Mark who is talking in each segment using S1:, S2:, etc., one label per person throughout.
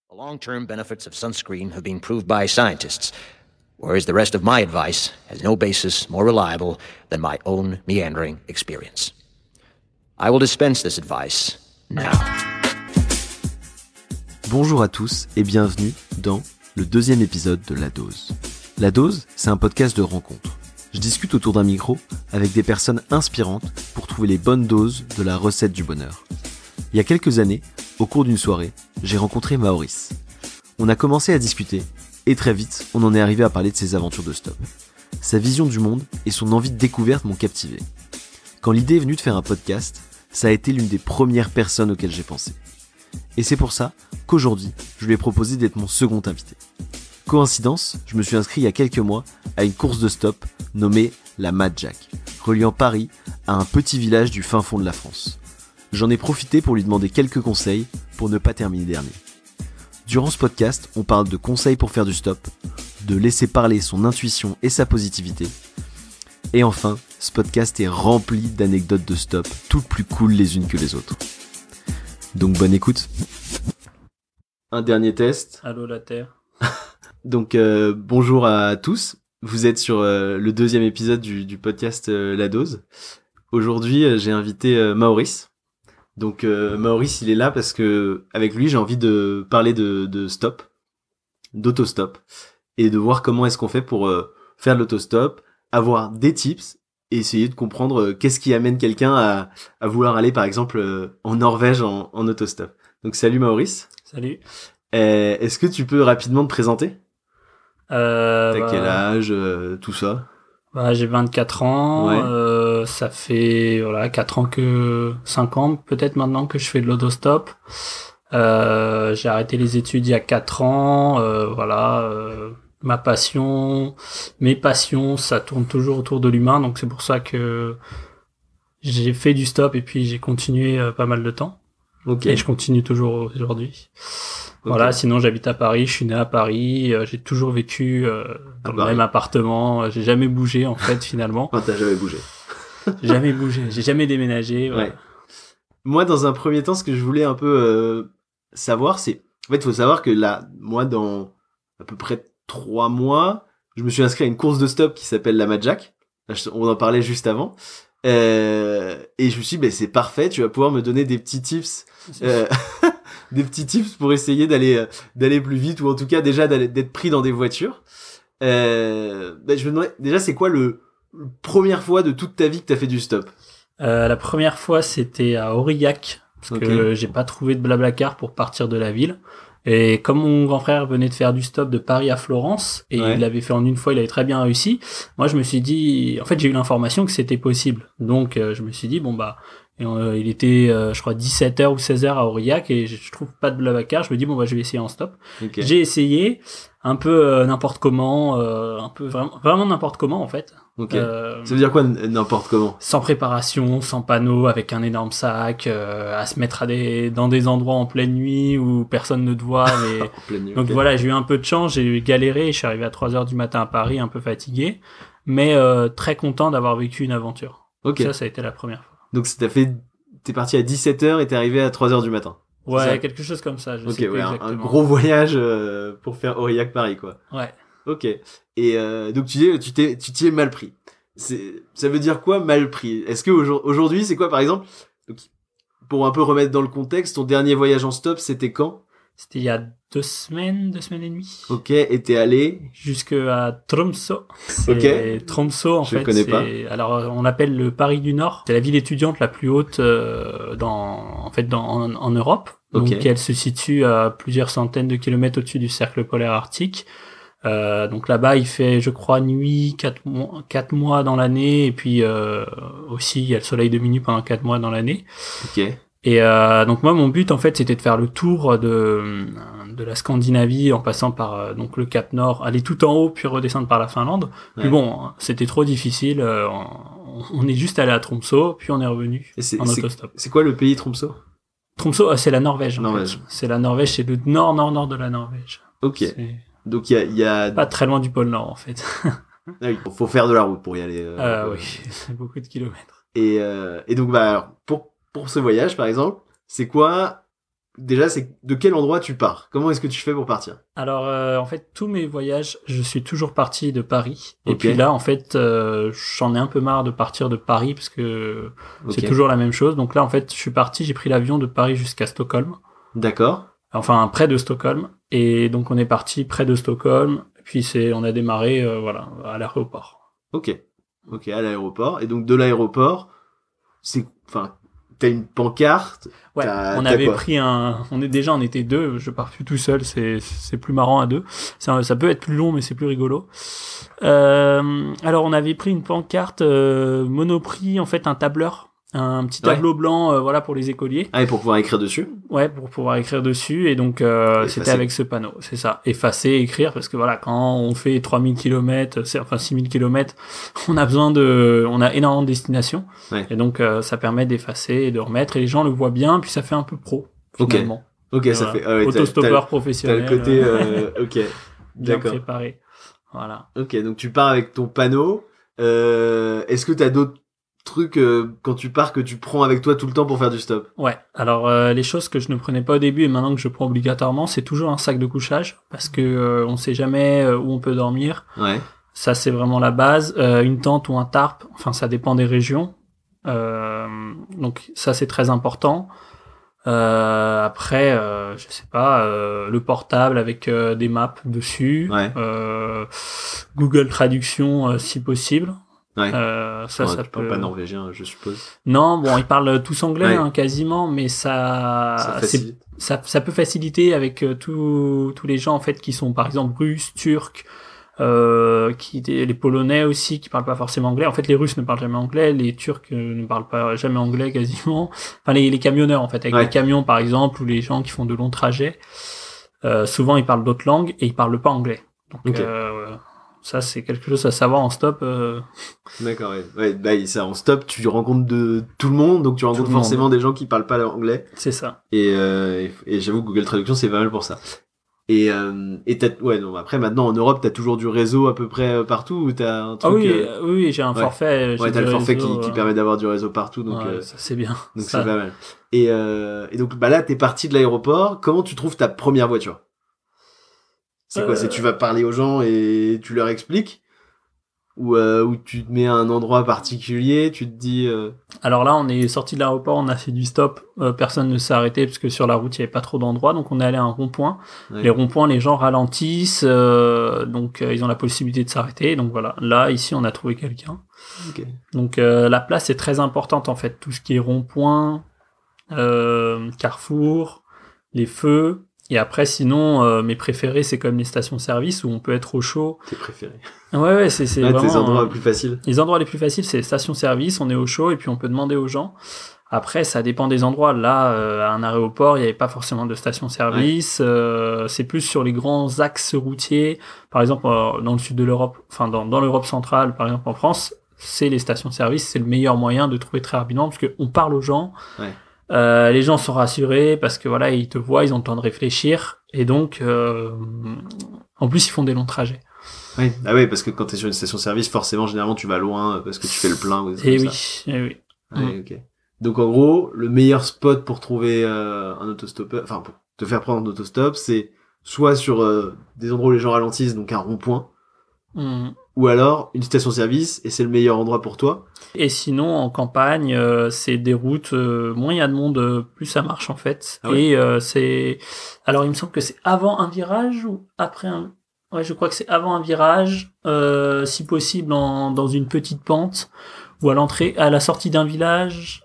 S1: The long-term benefits of sunscreen have been proved by scientists, whereas the rest of my advice has no basis more reliable than my own meandering experience. I will dispense this advice now.
S2: Bonjour à tous et bienvenue dans le deuxième épisode de La Dose. La Dose, c'est un podcast de rencontres. Je discute autour d'un micro avec des personnes inspirantes pour trouver les bonnes doses de la recette du bonheur. Il y a quelques années, au cours d'une soirée, j'ai rencontré Maurice. On a commencé à discuter et très vite, on en est arrivé à parler de ses aventures de stop. Sa vision du monde et son envie de découverte m'ont captivé. Quand l'idée est venue de faire un podcast, ça a été l'une des premières personnes auxquelles j'ai pensé. Et c'est pour ça qu'aujourd'hui, je lui ai proposé d'être mon second invité. Coïncidence, je me suis inscrit il y a quelques mois à une course de stop nommée la Mad Jack, reliant Paris à un petit village du fin fond de la France. J'en ai profité pour lui demander quelques conseils pour ne pas terminer dernier. Durant ce podcast, on parle de conseils pour faire du stop, de laisser parler son intuition et sa positivité. Et enfin, ce podcast est rempli d'anecdotes de stop, toutes plus cool les unes que les autres. Donc bonne écoute. Un dernier test.
S3: Allô la Terre.
S2: Donc bonjour à tous. Vous êtes sur le deuxième épisode du podcast La Dose. Aujourd'hui, j'ai invité Maurice. Donc Maurice, il est là parce que avec lui, j'ai envie de parler de stop, d'autostop, et de voir comment est-ce qu'on fait pour faire de l'autostop, avoir des tips et essayer de comprendre qu'est-ce qui amène quelqu'un à vouloir aller par exemple en Norvège en autostop. Donc salut Maurice.
S3: Salut.
S2: Est-ce que tu peux rapidement te présenter ? T'as quel âge, tout ça ?
S3: J'ai 24 ans,
S2: Ouais.
S3: Ça fait 5 ans peut-être maintenant que je fais de l'autostop. J'ai arrêté les études il y a 4 ans, ma passion, mes passions, ça tourne toujours autour de l'humain, donc c'est pour ça que j'ai fait du stop et puis j'ai continué pas mal de temps.
S2: Ok.
S3: Et je continue toujours aujourd'hui.
S2: Okay.
S3: Voilà, sinon j'habite à Paris, je suis né à Paris, j'ai toujours vécu dans le même appartement, j'ai jamais bougé en fait finalement.
S2: Oh, t'as jamais bougé.
S3: Jamais bougé, j'ai jamais déménagé. Voilà.
S2: Ouais. Moi, dans un premier temps, ce que je voulais un peu savoir, c'est... En fait, il faut savoir que là, moi, dans à peu près 3 mois, je me suis inscrit à une course de stop qui s'appelle la Mad Jack. On en parlait juste avant. Et je me suis dit, c'est parfait, tu vas pouvoir me donner des petits tips... des petits tips pour essayer d'aller plus vite, ou en tout cas déjà d'être pris dans des voitures. Je me demandais déjà, c'est quoi le première fois de toute ta vie que t'as fait du stop ?
S3: La première fois c'était à Aurillac parce que j'ai pas trouvé de Blablacar pour partir de la ville. Et comme mon grand frère venait de faire du stop de Paris à Florence, et il l'avait fait en une fois, il avait très bien réussi, moi je me suis dit, en fait j'ai eu l'information que c'était possible. Donc je me suis dit, il était je crois 17h ou 16h à Aurillac et je trouve pas de Blablacar, je me dis je vais essayer en stop. Okay. J'ai essayé un peu n'importe comment, un peu vraiment n'importe comment en fait.
S2: Ok. Ça veut dire quoi n'importe comment ?
S3: Sans préparation, sans panneau, avec un énorme sac, à se mettre dans des endroits en pleine nuit où personne ne te voit. Mais...
S2: en pleine nuit,
S3: donc
S2: okay.
S3: Voilà, j'ai eu un peu de chance, j'ai galéré, je suis arrivé à 3h du matin à Paris, un peu fatigué, mais très content d'avoir vécu une aventure.
S2: Ok.
S3: Ça a été la première fois.
S2: Donc t'es parti à 17h et t'es arrivé à 3h du matin.
S3: Ouais, quelque chose comme ça, je sais plus exactement.
S2: Un gros voyage pour faire Aurillac-Paris, quoi.
S3: Ouais.
S2: Ok. Et donc tu t'y es mal pris. Ça veut dire quoi mal pris ? Est-ce que aujourd'hui c'est quoi par exemple ? Donc, pour un peu remettre dans le contexte, ton dernier voyage en stop c'était quand ?
S3: C'était il y a 2 semaines et demie.
S2: Ok. Et t'es allé
S3: jusqu'à Tromsø.
S2: Ok.
S3: Tromsø en fait.
S2: Je connais pas.
S3: Alors on appelle le Paris du Nord. C'est la ville étudiante la plus haute en Europe.
S2: Okay.
S3: Donc elle se situe à plusieurs centaines de kilomètres au-dessus du cercle polaire arctique. Donc là-bas il fait je crois nuit 4 mois dans l'année et puis aussi il y a le soleil de minuit pendant 4 mois dans l'année.
S2: Ok.
S3: Et donc moi mon but en fait c'était de faire le tour de la Scandinavie en passant par donc le Cap Nord, aller tout en haut puis redescendre par la Finlande. Ouais. Puis bon, c'était trop difficile, on est juste allé à Tromsø puis on est revenu en autostop.
S2: C'est quoi le pays Tromsø ?
S3: Tromsø, c'est la Norvège. En fait. C'est la Norvège, c'est le nord de la Norvège.
S2: Ok. Donc il y a
S3: pas très loin du pôle Nord en fait.
S2: Il faut faire de la route pour y aller.
S3: Oui, c'est beaucoup de kilomètres.
S2: Et donc alors, pour ce voyage par exemple, c'est quoi déjà, c'est de quel endroit tu pars? Comment est-ce que tu fais pour partir?
S3: Alors, en fait, tous mes voyages, je suis toujours parti de Paris. Et
S2: Ok.
S3: puis là, en fait, j'en ai un peu marre de partir de Paris parce que c'est toujours la même chose. Donc là, en fait, je suis parti, j'ai pris l'avion de Paris jusqu'à Stockholm.
S2: D'accord.
S3: Enfin, près de Stockholm. Et donc, on est parti près de Stockholm. Puis on a démarré, à l'aéroport.
S2: Ok, à l'aéroport. Et donc, de l'aéroport, t'as une pancarte.
S3: Ouais, on avait pris on était deux, je pars plus tout seul, c'est plus marrant à deux. Ça peut être plus long, mais c'est plus rigolo. Alors, on avait pris une pancarte, Monoprix, en fait, un tableur. Un petit tableau blanc, pour les écoliers.
S2: Ah, et pour pouvoir écrire dessus?
S3: Ouais, pour pouvoir écrire dessus. Et donc, c'était avec ce panneau. C'est ça. Effacer, écrire, parce que voilà, quand on fait 3000 km, 6000 km, on a énormément de destinations.
S2: Ouais.
S3: Et donc, ça permet d'effacer et de remettre. Et les gens le voient bien, puis ça fait un peu pro, finalement.
S2: Ok, ça fait,
S3: autostoppeur professionnel.
S2: T'as le côté, ok.
S3: Bien
S2: D'accord.
S3: préparé. Voilà.
S2: Ok, donc tu pars avec ton panneau. Est-ce que t'as d'autres trucs quand tu pars que tu prends avec toi tout le temps pour faire du stop?
S3: Ouais. Alors les choses que je ne prenais pas au début et maintenant que je prends obligatoirement, c'est toujours un sac de couchage parce que on sait jamais où on peut dormir.
S2: Ouais.
S3: Ça c'est vraiment la base. Une tente ou un tarp, enfin ça dépend des régions. Donc ça c'est très important. Après, je sais pas, le portable avec des maps dessus.
S2: Ouais.
S3: Google Traduction si possible.
S2: Ouais.
S3: Ça
S2: tu
S3: peut...
S2: parles pas norvégien, je suppose.
S3: Non, bon, ils parlent tous anglais,
S2: Ouais.
S3: quasiment, mais ça
S2: facilite.
S3: ça peut faciliter avec tous les gens en fait qui sont par exemple russes, turcs, les Polonais aussi qui parlent pas forcément anglais. En fait, les Russes ne parlent jamais anglais, les Turcs ne parlent pas jamais anglais quasiment. Enfin, les camionneurs en fait, avec
S2: Ouais.
S3: les camions par exemple ou les gens qui font de longs trajets, souvent ils parlent d'autres langues et ils parlent pas anglais. Donc
S2: Ok.
S3: ça c'est quelque chose à savoir en stop.
S2: D'accord, ouais. Ouais, ça, en stop, tu rencontres de tout le monde, donc tu rencontres
S3: le monde.
S2: forcément des gens qui parlent pas l'anglais.
S3: C'est ça.
S2: Et j'avoue que Google Traduction, c'est pas mal pour ça. Et non, après, maintenant, en Europe, t'as toujours du réseau à peu près partout, ou t'as un truc...
S3: Oui, j'ai un
S2: ouais.
S3: forfait.
S2: Ouais,
S3: j'ai
S2: t'as
S3: du
S2: le forfait
S3: réseau,
S2: qui permet d'avoir du réseau partout, donc,
S3: ouais, ça c'est bien.
S2: donc
S3: Ça.
S2: c'est pas mal. Et donc, là, t'es parti de l'aéroport. Comment tu trouves ta première voiture? C'est quoi? C'est tu vas parler aux gens et tu leur expliques? Ou tu te mets à un endroit particulier, tu te dis...
S3: Alors là, on est sorti de l'aéroport, on a fait du stop. Personne ne s'est arrêté parce que sur la route, il y avait pas trop d'endroits. Donc on est allé à un rond-point.
S2: Ouais.
S3: Les ronds-points, les gens ralentissent. Donc ils ont la possibilité de s'arrêter. Donc voilà, là, ici, on a trouvé quelqu'un.
S2: Ok.
S3: Donc la place est très importante en fait. Tout ce qui est rond-point, carrefour, les feux. Et après, sinon, mes préférés, c'est comme les stations-service où on peut être au chaud.
S2: Tes préférés.
S3: Ouais, c'est
S2: Ouais,
S3: vraiment...
S2: tes endroits plus faciles.
S3: Les endroits les plus faciles, c'est les stations-service, on est au chaud et puis on peut demander aux gens. Après, ça dépend des endroits. Là, à un aéroport, il n'y avait pas forcément de station-service. C'est plus sur les grands axes routiers. Par exemple, dans le sud de l'Europe, enfin dans l'Europe centrale, par exemple en France, c'est les stations-service. C'est le meilleur moyen de trouver très rapidement parce qu'on parle aux gens.
S2: Ouais.
S3: Les gens sont rassurés parce que voilà, ils te voient, ils ont le temps de réfléchir. Et donc, en plus, ils font des longs trajets.
S2: Oui. Ah oui, parce que quand t'es sur une station-service, forcément, généralement, tu vas loin parce que tu fais le plein ou des trucs
S3: Et
S2: comme
S3: oui,
S2: ça.
S3: et oui.
S2: Ouais, ok. Donc, en gros, le meilleur spot pour trouver un autostoppeur, enfin, pour te faire prendre un autostop, c'est soit sur des endroits où les gens ralentissent, donc un rond-point, ou alors une station-service, et c'est le meilleur endroit pour toi.
S3: Et sinon, en campagne, c'est des routes, moins il y a de monde, plus ça marche en fait.
S2: Ah ouais.
S3: Et c'est... Alors, il me semble que c'est avant un virage ou après un... Ouais, je crois que c'est avant un virage, si possible dans une petite pente, ou à la sortie d'un village.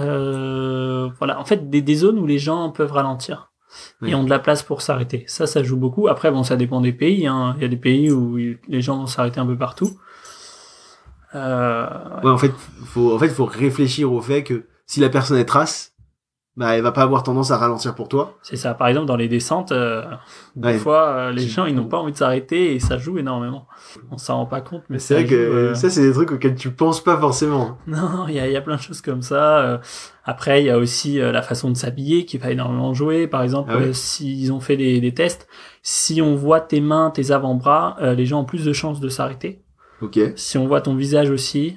S3: Voilà, en fait, des zones où les gens peuvent ralentir.
S2: Oui.
S3: Et ont de la place pour s'arrêter. Ça joue beaucoup. Après, bon, ça dépend des pays. Hein. Il y a des pays où les gens vont s'arrêter un peu partout.
S2: Ouais, en fait, faut réfléchir au fait que si la personne est trace, bah, elle va pas avoir tendance à ralentir pour toi.
S3: C'est ça. Par exemple, dans les descentes, des
S2: Ouais.
S3: fois, les gens, ils n'ont pas envie de s'arrêter et ça joue énormément. On s'en rend pas compte, mais
S2: C'est vrai que ça, c'est des trucs auxquels tu penses pas forcément.
S3: Non, il y a plein de choses comme ça. Après, il y a aussi la façon de s'habiller qui va énormément jouer. Par exemple,
S2: Ah ouais.
S3: s'ils ont fait des tests, si on voit tes mains, tes avant-bras, les gens ont plus de chances de s'arrêter.
S2: Ok.
S3: Si on voit ton visage aussi,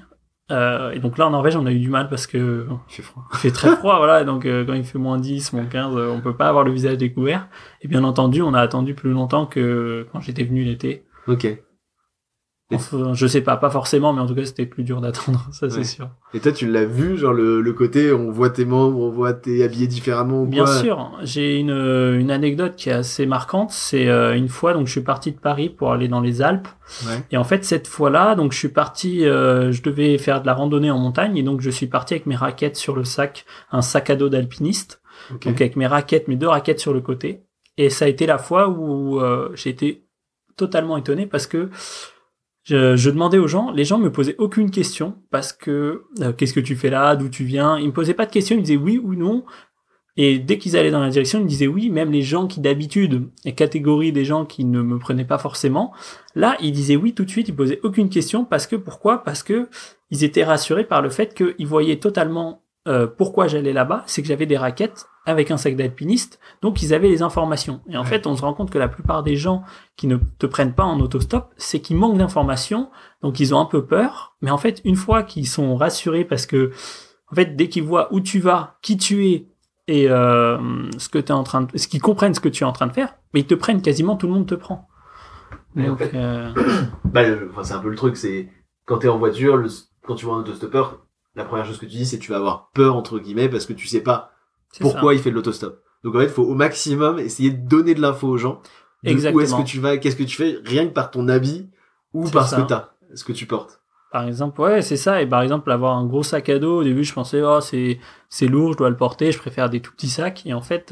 S3: Et donc là, en Norvège, on a eu du mal parce que
S2: Il fait froid.
S3: il fait très froid, voilà. Donc quand il fait moins 10, moins 15, on peut pas avoir le visage découvert. Et bien entendu, on a attendu plus longtemps que quand j'étais venu l'été.
S2: Ok.
S3: Enfin, je sais pas forcément, mais en tout cas, c'était plus dur d'attendre, ça c'est sûr.
S2: Et toi, tu l'as vu, genre le côté, on voit tes membres, on voit t'es habillé différemment ou
S3: Bien
S2: quoi?
S3: sûr, j'ai une anecdote qui est assez marquante. C'est une fois, donc je suis parti de Paris pour aller dans les Alpes.
S2: Ouais.
S3: Et en fait, cette fois-là, donc je suis parti, je devais faire de la randonnée en montagne, et donc je suis parti avec mes raquettes sur le sac, un sac à dos d'alpiniste.
S2: Ok.
S3: Donc avec mes 2 raquettes sur le côté. Et ça a été la fois où j'ai été totalement étonné parce que je demandais aux gens, les gens me posaient aucune question parce que qu'est-ce que tu fais là, d'où tu viens. Ils me posaient pas de questions, ils me disaient oui ou non. Et dès qu'ils allaient dans la direction, ils me disaient oui. Même les gens qui d'habitude, les catégories des gens qui ne me prenaient pas forcément, là ils disaient oui tout de suite, ils posaient aucune question parce que pourquoi ? Parce que ils étaient rassurés par le fait qu'ils voyaient totalement pourquoi j'allais là-bas, c'est que j'avais des raquettes avec un sac d'alpiniste, donc ils avaient les informations. Et en fait, on se rend compte que la plupart des gens qui ne te prennent pas en autostop, c'est qu'ils manquent d'informations, donc ils ont un peu peur. Mais en fait, une fois qu'ils sont rassurés, parce que en fait, dès qu'ils voient où tu vas, qui tu es et ce que t'es en train de, ce qu'ils comprennent ce que tu es en train de faire, mais ils te prennent, quasiment tout le monde te prend.
S2: Et
S3: Donc,
S2: en fait, c'est un peu le truc, c'est quand t'es en voiture, quand tu vois un autostoppeur, la première chose que tu dis, c'est que tu vas avoir peur, entre guillemets, parce que tu sais pas pourquoi il fait de l'autostop. Donc en fait, il faut au maximum essayer de donner de l'info aux gens. Où est-ce que tu vas, qu'est-ce que tu fais, rien que par ton habit ou par ce que tu portes.
S3: Par exemple, ouais, c'est ça. Et par exemple, avoir un gros sac à dos, au début, je pensais, oh, c'est lourd, je dois le porter, je préfère des tout petits sacs. Et en fait,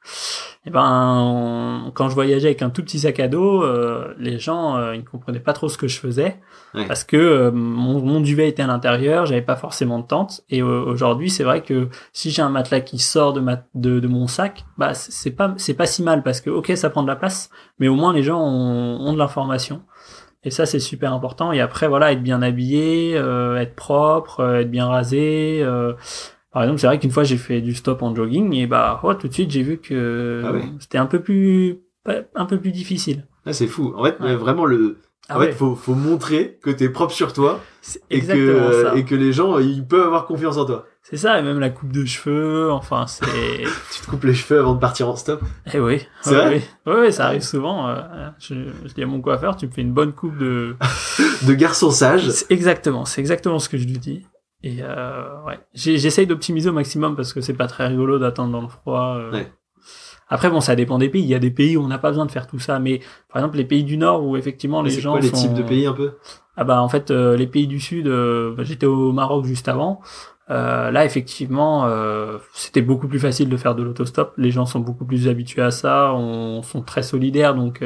S3: quand je voyageais avec un tout petit sac à dos, les gens, ils ne comprenaient pas trop ce que je faisais. Ouais. Parce que mon duvet était à l'intérieur, j'avais pas forcément de tente. Et aujourd'hui, c'est vrai que si j'ai un matelas qui sort de mon sac, bah, c'est pas si mal parce que, ok, ça prend de la place, mais au moins les gens ont de l'information. Et ça, c'est super important. Et après, voilà, être bien habillé, être propre, être bien rasé. Par exemple, c'est vrai qu'une fois, j'ai fait du stop en jogging et bah, tout de suite, j'ai vu que c'était un peu plus difficile.
S2: Ah, c'est fou. En fait, vraiment faut montrer que t'es propre sur toi et que les gens, ils peuvent avoir confiance en toi.
S3: C'est ça, et même la coupe de cheveux, enfin, c'est...
S2: Tu te coupes les cheveux avant de partir en stop?
S3: Eh oui.
S2: C'est vrai?
S3: Oui, ça arrive souvent. Je dis à mon coiffeur, tu me fais une bonne coupe de...
S2: de garçon sage.
S3: C'est exactement ce que je lui dis. Et j'essaye d'optimiser au maximum parce que c'est pas très rigolo d'attendre dans le froid. Après, bon, ça dépend des pays. Il y a des pays où on n'a pas besoin de faire tout ça, mais par exemple, les pays du Nord où effectivement les gens
S2: les types de pays un peu?
S3: Ah bah en fait, les pays du Sud, j'étais au Maroc juste avant. Là, effectivement, c'était beaucoup plus facile de faire de l'autostop. Les gens sont beaucoup plus habitués à ça, sont très solidaires, donc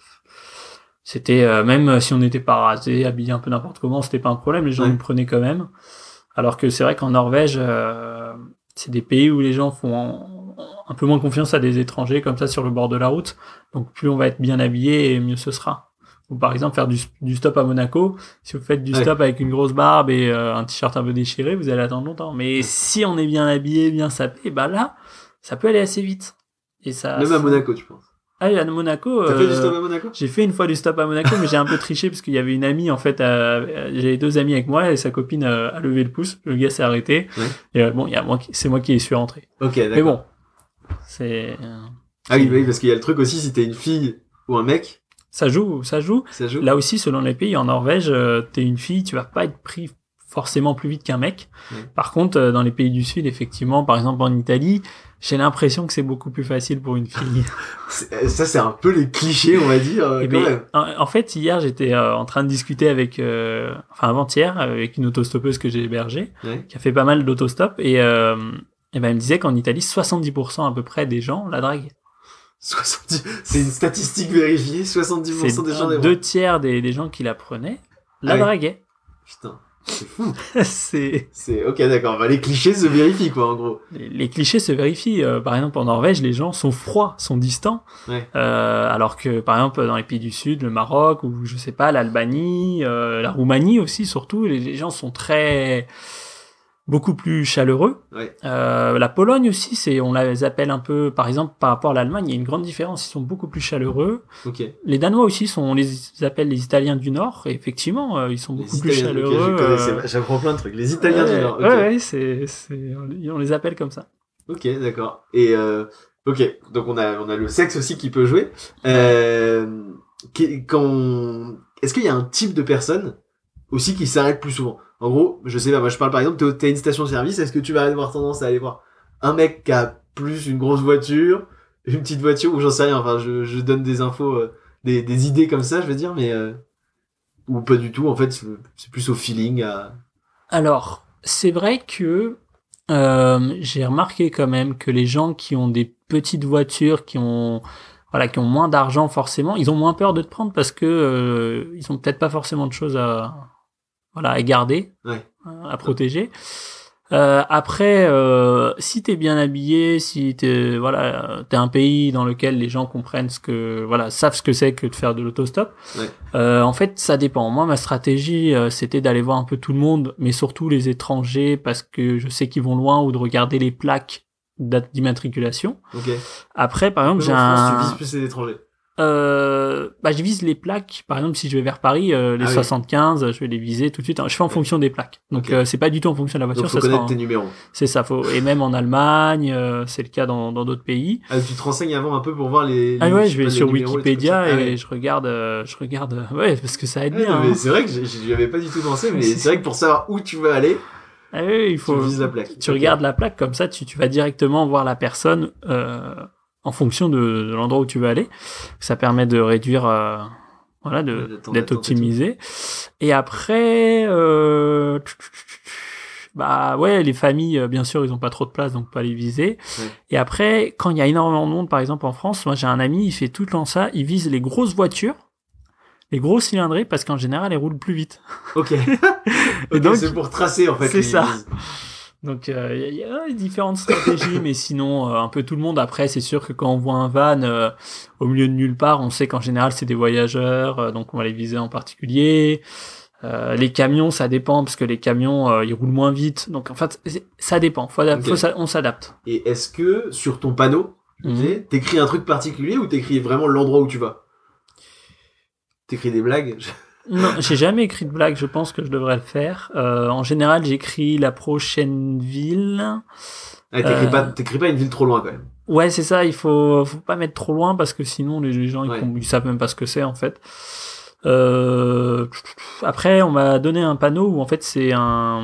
S3: c'était même si on n'était pas rasé, habillé un peu n'importe comment, c'était pas un problème. Les gens nous prenaient quand même. Alors que c'est vrai qu'en Norvège, c'est des pays où les gens font un peu moins confiance à des étrangers comme ça sur le bord de la route. Donc plus on va être bien habillé, mieux ce sera. Ou par exemple faire du stop à Monaco, si vous faites du stop avec une grosse barbe et un t-shirt un peu déchiré, vous allez attendre longtemps. Mais si on est bien habillé, bien sapé, bah là, ça peut aller assez vite. Et ça,
S2: même à Monaco, tu penses?
S3: Ah oui, à Monaco.
S2: T'as fait du stop à Monaco?
S3: J'ai fait une fois du stop à Monaco, mais j'ai un peu triché parce qu'il y avait une amie, en fait, j'avais 2 amis avec moi et sa copine a levé le pouce. Le gars s'est arrêté. Et bon, c'est moi qui suis rentré.
S2: Ok, d'accord.
S3: Mais bon, c'est...
S2: Ah oui, parce qu'il y a le truc aussi, si t'es une fille ou un mec.
S3: Ça joue. Là aussi, selon les pays, en Norvège, t'es une fille, tu vas pas être pris forcément plus vite qu'un mec. Par contre, dans les pays du Sud, effectivement, par exemple en Italie, j'ai l'impression que c'est beaucoup plus facile pour une fille.
S2: Ça, c'est un peu les clichés, on va dire. Même.
S3: En fait, hier, j'étais en train de discuter avec, avant-hier, avec une autostoppeuse que j'ai hébergée, qui a fait pas mal d'autostop, et elle me disait qu'en Italie, 70% à peu près des gens la draguent.
S2: 70, c'est une statistique vérifiée, 70% des gens...
S3: 2/3 des gens qui la prenaient la draguaient.
S2: Putain, c'est fou.
S3: c'est
S2: ok, d'accord. Bah, les clichés se vérifient, quoi, en gros.
S3: Les clichés se vérifient. Par exemple, en Norvège, les gens sont froids, sont distants. Alors que, par exemple, dans les pays du Sud, le Maroc, ou je sais pas, l'Albanie, la Roumanie aussi, surtout, les gens sont très... beaucoup plus chaleureux.
S2: Ouais.
S3: La Pologne aussi, on les appelle un peu, par exemple, par rapport à l'Allemagne, il y a une grande différence. Ils sont beaucoup plus chaleureux.
S2: Ok.
S3: Les Danois aussi on les appelle les Italiens du Nord. Et effectivement, ils sont beaucoup plus chaleureux.
S2: Okay, j'apprends plein de trucs. Les Italiens du Nord.
S3: Okay. On les appelle comme ça.
S2: Ok, d'accord. Et ok, donc on a le sexe aussi qui peut jouer. Est-ce qu'il y a un type de personne aussi qui s'arrête plus souvent? En gros, je sais pas, moi je parle par exemple, t'es une station-service, est-ce que tu vas avoir tendance à aller voir un mec qui a plus une grosse voiture, une petite voiture, ou j'en sais rien, enfin je donne des infos, des idées comme ça, je veux dire, mais ou pas du tout, en fait c'est plus au feeling.
S3: Alors, c'est vrai que j'ai remarqué quand même que les gens qui ont des petites voitures, qui ont moins d'argent forcément, ils ont moins peur de te prendre parce que ils ont peut-être pas forcément de choses à garder, à protéger. Après, si t'es bien habillé, si t'es un pays dans lequel les gens comprennent savent ce que c'est que de faire de l'autostop. En fait, ça dépend. Moi, ma stratégie, c'était d'aller voir un peu tout le monde, mais surtout les étrangers parce que je sais qu'ils vont loin, ou de regarder les plaques d'immatriculation.
S2: Okay.
S3: Après, par exemple,
S2: tu vises plus les étrangers.
S3: Je vise les plaques. Par exemple, si je vais vers Paris, les 75, je vais les viser tout de suite. Je fais en fonction des plaques. Donc, c'est pas du tout en fonction de la voiture.
S2: Donc, faut connaître tes numéros.
S3: C'est ça. Et même en Allemagne, c'est le cas dans d'autres pays.
S2: Tu te renseignes avant un peu pour voir les
S3: je vais sur Wikipédia et je regarde, parce que ça aide bien.
S2: Mais c'est vrai que j'y avais pas du tout pensé, mais c'est vrai que pour savoir où tu veux aller,
S3: il faut.
S2: Tu vises la plaque.
S3: Tu regardes la plaque, comme ça, tu vas directement voir la personne, en fonction de l'endroit où tu veux aller. Ça permet de réduire, d'être optimisé. Et après, les familles, bien sûr, ils ont pas trop de place, donc pas les viser. Ouais. Et après, quand il y a énormément de monde, par exemple en France, moi j'ai un ami, il fait tout le temps ça, il vise les grosses voitures, les gros cylindrés, parce qu'en général, elles roulent plus vite.
S2: Ok. Donc, c'est pour tracer, en fait.
S3: C'est ça. Donc, il y a différentes stratégies, mais sinon, un peu tout le monde. Après, c'est sûr que quand on voit un van au milieu de nulle part, on sait qu'en général, c'est des voyageurs, donc on va les viser en particulier. Les camions, ça dépend, parce que les camions, ils roulent moins vite. Donc, en fait, ça dépend. On s'adapte.
S2: Et est-ce que, sur ton panneau, t'écris un truc particulier ou t'écris vraiment l'endroit où tu vas? T'écris des blagues?
S3: Non, j'ai jamais écrit de blague, je pense que je devrais le faire. En général, j'écris la prochaine ville.
S2: T'écris pas une ville trop loin quand même.
S3: Ouais, c'est ça, il faut pas mettre trop loin parce que sinon les gens ils savent même pas ce que c'est en fait. Après, on m'a donné un panneau où en fait c'est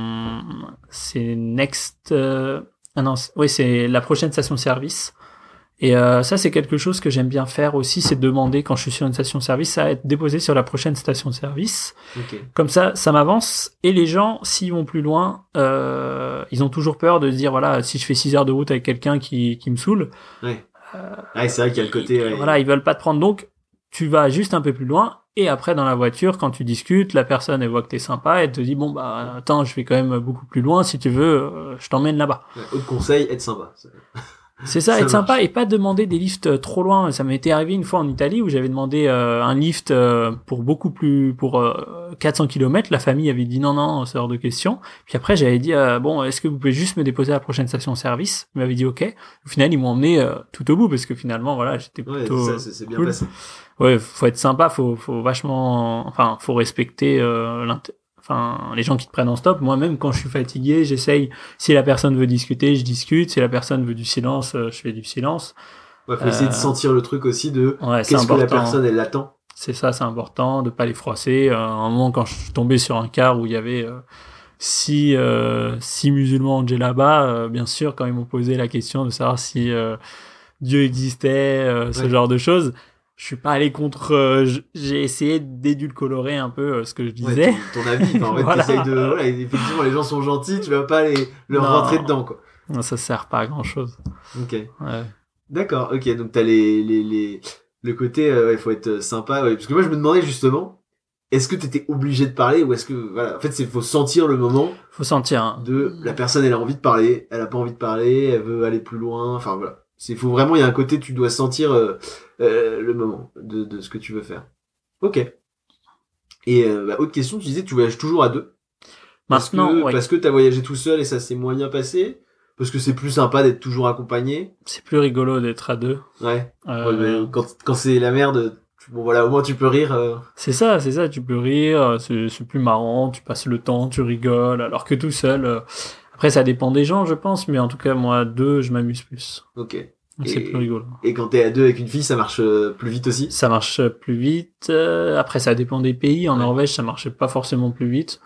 S3: next c'est la prochaine station-service. Et ça, c'est quelque chose que j'aime bien faire aussi, c'est demander quand je suis sur une station-service à être déposé sur la prochaine station-service.
S2: Okay.
S3: Comme ça m'avance. Et les gens, s'ils vont plus loin, ils ont toujours peur de se dire, si je fais 6 heures de route avec quelqu'un qui me saoule.
S2: Ouais. C'est vrai qu'il y a le côté...
S3: ils veulent pas te prendre. Donc, tu vas juste un peu plus loin. Et après, dans la voiture, quand tu discutes, la personne, elle voit que t'es sympa, elle te dit, attends, je vais quand même beaucoup plus loin, si tu veux, je t'emmène là-bas.
S2: Autre conseil, être sympa.
S3: C'est ça, être sympa et pas demander des lifts trop loin. Ça m'était arrivé une fois en Italie où j'avais demandé un lift pour 400 km. La famille avait dit non, c'est hors de question. Puis après, j'avais dit est-ce que vous pouvez juste me déposer à la prochaine station-service? Ils m'avaient dit OK. Au final, ils m'ont emmené tout au bout parce que finalement, j'étais plutôt
S2: c'est bien
S3: cool.
S2: passé.
S3: Ouais, faut être sympa, faut vachement, faut respecter les gens qui te prennent en stop. Moi-même, quand je suis fatigué, j'essaye, si la personne veut discuter, je discute. Si la personne veut du silence, je fais du silence.
S2: Ouais, faut essayer de sentir le truc aussi de qu'est-ce que la personne, elle attend.
S3: C'est ça, c'est important, de pas les froisser. À un moment, quand je suis tombé sur un car où il y avait 6 musulmans en djellaba, bien sûr, quand ils m'ont posé la question de savoir si Dieu existait, ce genre de choses, je suis pas allé contre. J'ai essayé d'édulcorer un peu ce que je disais.
S2: Ouais, ton avis. En fait, t'essayes de. Effectivement, les gens sont gentils. Tu vas pas leur rentrer dedans, quoi.
S3: Non, ça sert pas à grand chose.
S2: Ok.
S3: Ouais.
S2: D'accord. Ok. Donc t'as le côté. Il faut être sympa. Ouais. Parce que moi, je me demandais justement, est-ce que t'étais obligé de parler ou est-ce que en fait, faut sentir le moment.
S3: Faut sentir. Hein.
S2: De la personne, elle a envie de parler, elle a pas envie de parler, elle veut aller plus loin. Enfin voilà. Faut vraiment, il y a un côté, tu dois sentir le moment de ce que tu veux faire. Ok. Et autre question, tu disais que tu voyages toujours à deux.
S3: Maintenant,
S2: parce que t'as voyagé tout seul et ça s'est moyen passé? Parce que c'est plus sympa d'être toujours accompagné?
S3: C'est plus rigolo d'être à deux.
S2: Ouais. Mais quand c'est la merde, bon voilà, au moins tu peux rire.
S3: C'est ça, tu peux rire, c'est plus marrant, tu passes le temps, tu rigoles, alors que tout seul... Après, ça dépend des gens, je pense, mais en tout cas, moi, à deux, je m'amuse plus.
S2: Ok.
S3: C'est plus rigolo.
S2: Et quand t'es à deux avec une fille, ça marche plus vite aussi?
S3: Ça marche plus vite. Après, ça dépend des pays. En Norvège, ça marchait pas forcément plus vite.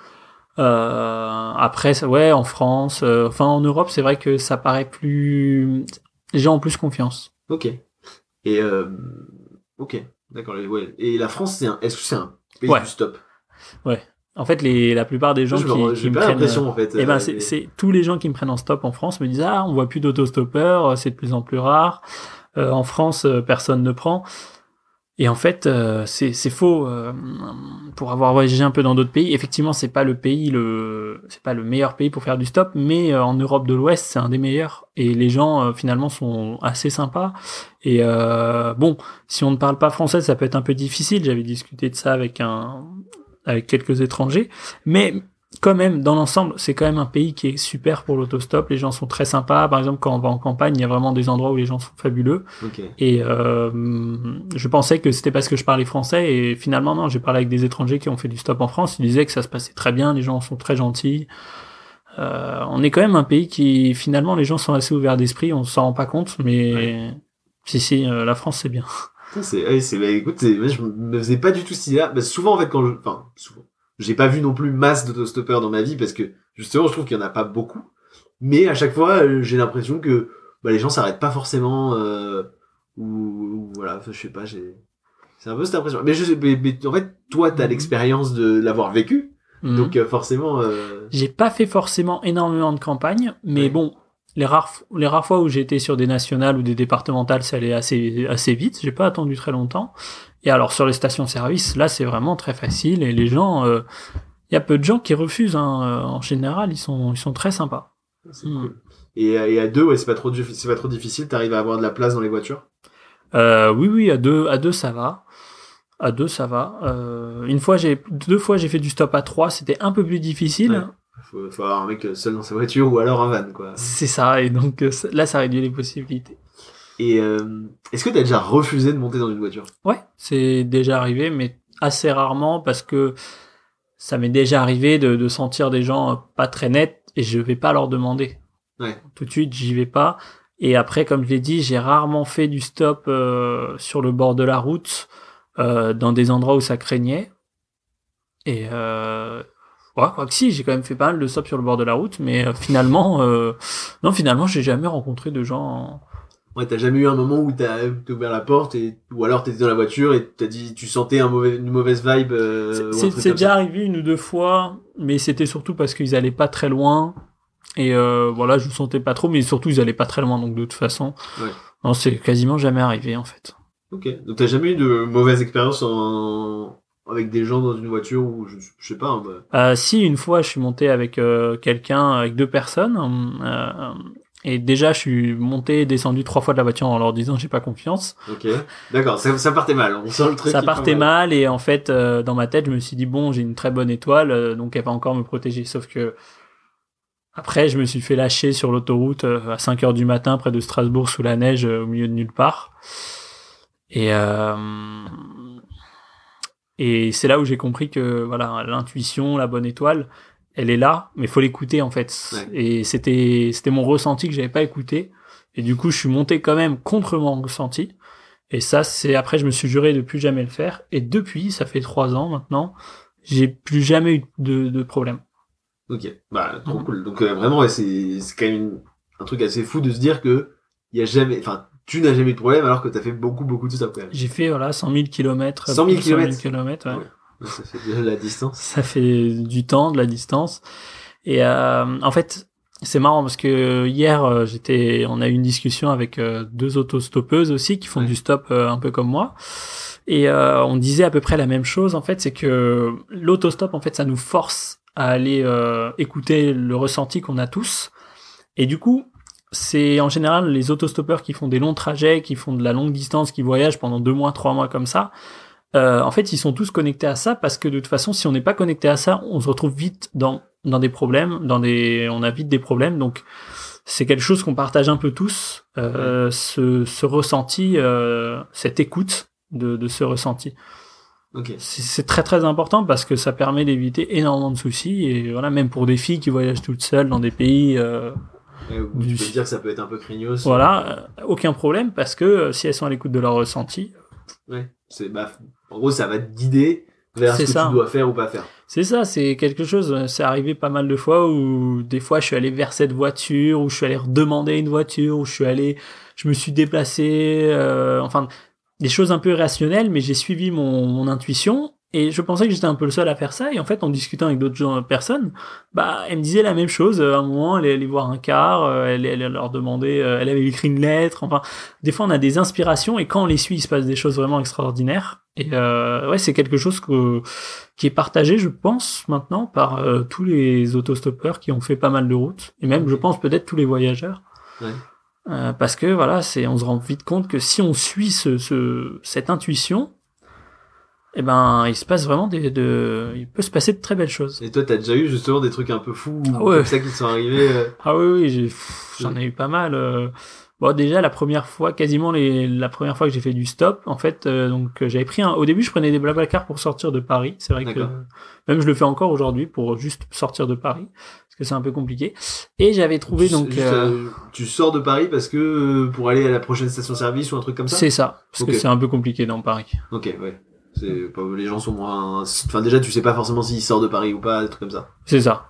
S3: Après, en France, en Europe, c'est vrai que ça paraît plus... Les gens ont plus confiance.
S2: Ok. Et ok, d'accord. Ouais. Et la France, est-ce que c'est un pays du stop?
S3: Ouais. En fait, la plupart des gens qui me prennent... l'impression,
S2: en fait.
S3: C'est tous les gens qui me prennent en stop en France me disent « Ah, on voit plus d'autostoppeurs, c'est de plus en plus rare. En France, personne ne prend. » Et en fait, c'est faux. Pour avoir voyagé un peu dans d'autres pays, effectivement, c'est pas le meilleur pays pour faire du stop, mais en Europe de l'Ouest, c'est un des meilleurs. Et les gens, finalement, sont assez sympas. Et si on ne parle pas français, ça peut être un peu difficile. J'avais discuté de ça avec quelques étrangers, mais quand même, dans l'ensemble, c'est quand même un pays qui est super pour l'autostop. Les gens sont très sympas. Par exemple, quand on va en campagne, il y a vraiment des endroits où les gens sont fabuleux.
S2: Okay.
S3: Et je pensais que c'était parce que je parlais français, et finalement non. J'ai parlé avec des étrangers qui ont fait du stop en France. Ils disaient que ça se passait très bien. Les gens sont très gentils. On est quand même un pays qui, finalement, les gens sont assez ouverts d'esprit. On s'en rend pas compte, mais si, la France, c'est bien.
S2: Écoute, moi, je me faisais pas du tout cette idée-là. Souvent, en fait, souvent. J'ai pas vu non plus masse d'autostoppeurs dans ma vie parce que, justement, je trouve qu'il y en a pas beaucoup. Mais à chaque fois, j'ai l'impression que, les gens s'arrêtent pas forcément, ou voilà, je sais pas, c'est un peu cette impression. Mais en fait, toi, t'as l'expérience de l'avoir vécu. Donc, forcément,
S3: J'ai pas fait forcément énormément de campagne, mais bon, les rares fois où j'ai été sur des nationales ou des départementales, ça allait assez vite. J'ai pas attendu très longtemps. Et alors sur les stations-service, là c'est vraiment très facile, et les gens, y a peu de gens qui refusent. En général, ils sont très sympas.
S2: C'est cool. Et à deux, c'est pas trop difficile. T'arrives à avoir de la place dans les voitures?
S3: Oui, à deux ça va. À deux ça va. Deux fois j'ai fait du stop à trois, c'était un peu plus difficile.
S2: Ouais. Faut avoir un mec seul dans sa voiture ou alors un van, quoi.
S3: C'est ça, et donc là ça réduit les possibilités.
S2: Et est-ce que t'as déjà refusé de monter dans une voiture?
S3: Ouais, c'est déjà arrivé, mais assez rarement, parce que ça m'est déjà arrivé de sentir des gens pas très nets, et je vais pas leur demander.
S2: Ouais.
S3: Tout de suite, j'y vais pas. Et après, comme je l'ai dit, j'ai rarement fait du stop sur le bord de la route, dans des endroits où ça craignait. Et quoi que si, j'ai quand même fait pas mal de stops sur le bord de la route, mais finalement, j'ai jamais rencontré de gens...
S2: Ouais, t'as jamais eu un moment où t'as ouvert la porte ou alors t'étais dans la voiture et tu sentais une mauvaise vibe,
S3: c'est déjà arrivé une ou deux fois, mais c'était surtout parce qu'ils allaient pas très loin, et je me sentais pas trop, mais surtout ils allaient pas très loin, donc de toute façon, non, c'est quasiment jamais arrivé en fait.
S2: Ok, donc t'as jamais eu de mauvaise expérience avec des gens dans une voiture ou je sais pas.
S3: Si, une fois je suis monté avec quelqu'un, avec deux personnes, et déjà, je suis monté et descendu 3 fois de la voiture en leur disant j'ai pas confiance.
S2: Ok, d'accord, ça partait mal. On sent le truc.
S3: Ça partait mal, et en fait, dans ma tête, je me suis dit bon, j'ai une très bonne étoile, donc elle va encore me protéger. Sauf que après, je me suis fait lâcher sur l'autoroute à 5h du matin près de Strasbourg sous la neige, au milieu de nulle part. Et c'est là où j'ai compris que voilà, l'intuition, la bonne étoile, elle est là, mais faut l'écouter en fait. Ouais. Et c'était mon ressenti que j'avais pas écouté. Et du coup, je suis monté quand même contre mon ressenti. Et ça, après, je me suis juré de plus jamais le faire. Et depuis, ça fait 3 ans maintenant, j'ai plus jamais eu de problème.
S2: Ok, trop cool. Donc vraiment, c'est quand même un truc assez fou de se dire que tu n'as jamais eu de problème alors que t'as fait beaucoup de stop quand même.
S3: J'ai fait 100 000 km.
S2: 100 000 km.
S3: 100 000 km, ouais.
S2: Ça fait de la distance.
S3: Ça fait du temps, de la distance. Et en fait, c'est marrant parce que hier, on a eu une discussion avec 2 autostoppeuses aussi qui font du stop un peu comme moi. Et on disait à peu près la même chose. En fait, c'est que l'autostop, en fait, ça nous force à aller écouter le ressenti qu'on a tous. Et du coup, c'est en général les autostoppeurs qui font des longs trajets, qui font de la longue distance, qui voyagent pendant 2 mois, 3 mois comme ça. en fait, ils sont tous connectés à ça parce que de toute façon, si on n'est pas connecté à ça, on se retrouve vite dans des problèmes, on a vite des problèmes. Donc, c'est quelque chose qu'on partage un peu tous, ce ressenti, cette écoute de ce ressenti.
S2: Okay.
S3: C'est très très important parce que ça permet d'éviter énormément de soucis et voilà, même pour des filles qui voyagent toutes seules dans des pays.
S2: Tu peux dire que ça peut être un peu craignos.
S3: Voilà, aucun problème parce que si elles sont à l'écoute de leur ressenti.
S2: Ouais, en gros, ça va te guider vers ce que tu dois faire ou pas faire.
S3: C'est ça, c'est quelque chose, c'est arrivé pas mal de fois où des fois je suis allé vers cette voiture, où je suis allé redemander une voiture, où je me suis déplacé, enfin, des choses un peu irrationnelles, mais j'ai suivi mon intuition. Et je pensais que j'étais un peu le seul à faire ça, et en fait, en discutant avec d'autres personnes, elle me disait la même chose. À un moment, elle allait voir un car, elle leur demandait, elle avait écrit une lettre. Enfin, des fois, on a des inspirations, et quand on les suit, il se passe des choses vraiment extraordinaires. Et ouais, c'est quelque chose qui est partagé, je pense, maintenant par tous les autostoppeurs qui ont fait pas mal de routes, et même, je pense, peut-être tous les voyageurs. Ouais. Parce que voilà, on se rend vite compte que si on suit cette intuition, il se passe vraiment il peut se passer de très belles choses.
S2: Et toi, t'as déjà eu justement des trucs un peu fous comme ça qui sont arrivés
S3: Ah oui, j'en ai eu pas mal. Bon, déjà la première fois que j'ai fait du stop, en fait, donc j'avais pris au début, je prenais des BlaBlaCar pour sortir de Paris. C'est vrai que même je le fais encore aujourd'hui pour juste sortir de Paris parce que c'est un peu compliqué. Et j'avais trouvé
S2: tu sors de Paris parce que pour aller à la prochaine station-service ou un truc comme ça.
S3: C'est ça, parce que c'est un peu compliqué dans Paris.
S2: Ok, ouais. Les gens sont moins. Enfin, déjà, tu sais pas forcément s'ils sortent de Paris ou pas, des trucs comme ça.
S3: C'est ça.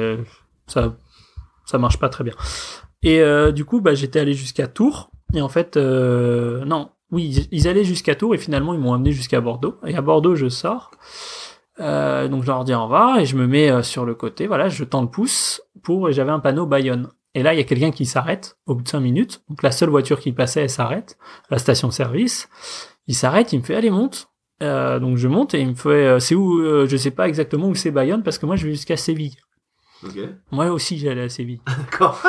S3: Ça marche pas très bien. Et du coup, j'étais allé jusqu'à Tours. Et en fait, ils allaient jusqu'à Tours et finalement, ils m'ont amené jusqu'à Bordeaux. Et à Bordeaux, je sors. Donc, je leur dis au revoir et je me mets sur le côté. Voilà, je tends le pouce et j'avais un panneau Bayonne. Et là, il y a quelqu'un qui s'arrête au bout de 5 minutes. Donc, la seule voiture qui passait, elle s'arrête. La station-service. Il s'arrête, il me fait, allez, monte. Donc je monte et il me fait c'est où je sais pas exactement où c'est Bayonne parce que moi je vais jusqu'à Séville.
S2: Okay.
S3: Moi aussi j'allais à Séville.
S2: D'accord.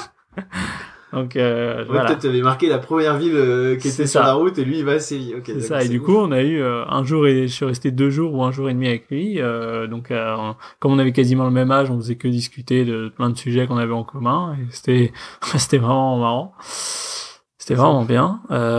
S3: Donc
S2: voilà. Peut-être tu avais marqué la première ville qui était sur la route et lui il va à Séville. Okay,
S3: c'est ça. Et du coup on a eu un jour et je suis resté 2 jours ou 1 jour et demi avec lui. Donc comme on avait quasiment le même âge, on faisait que discuter de plein de sujets qu'on avait en commun et c'était vraiment marrant. C'était vraiment bien.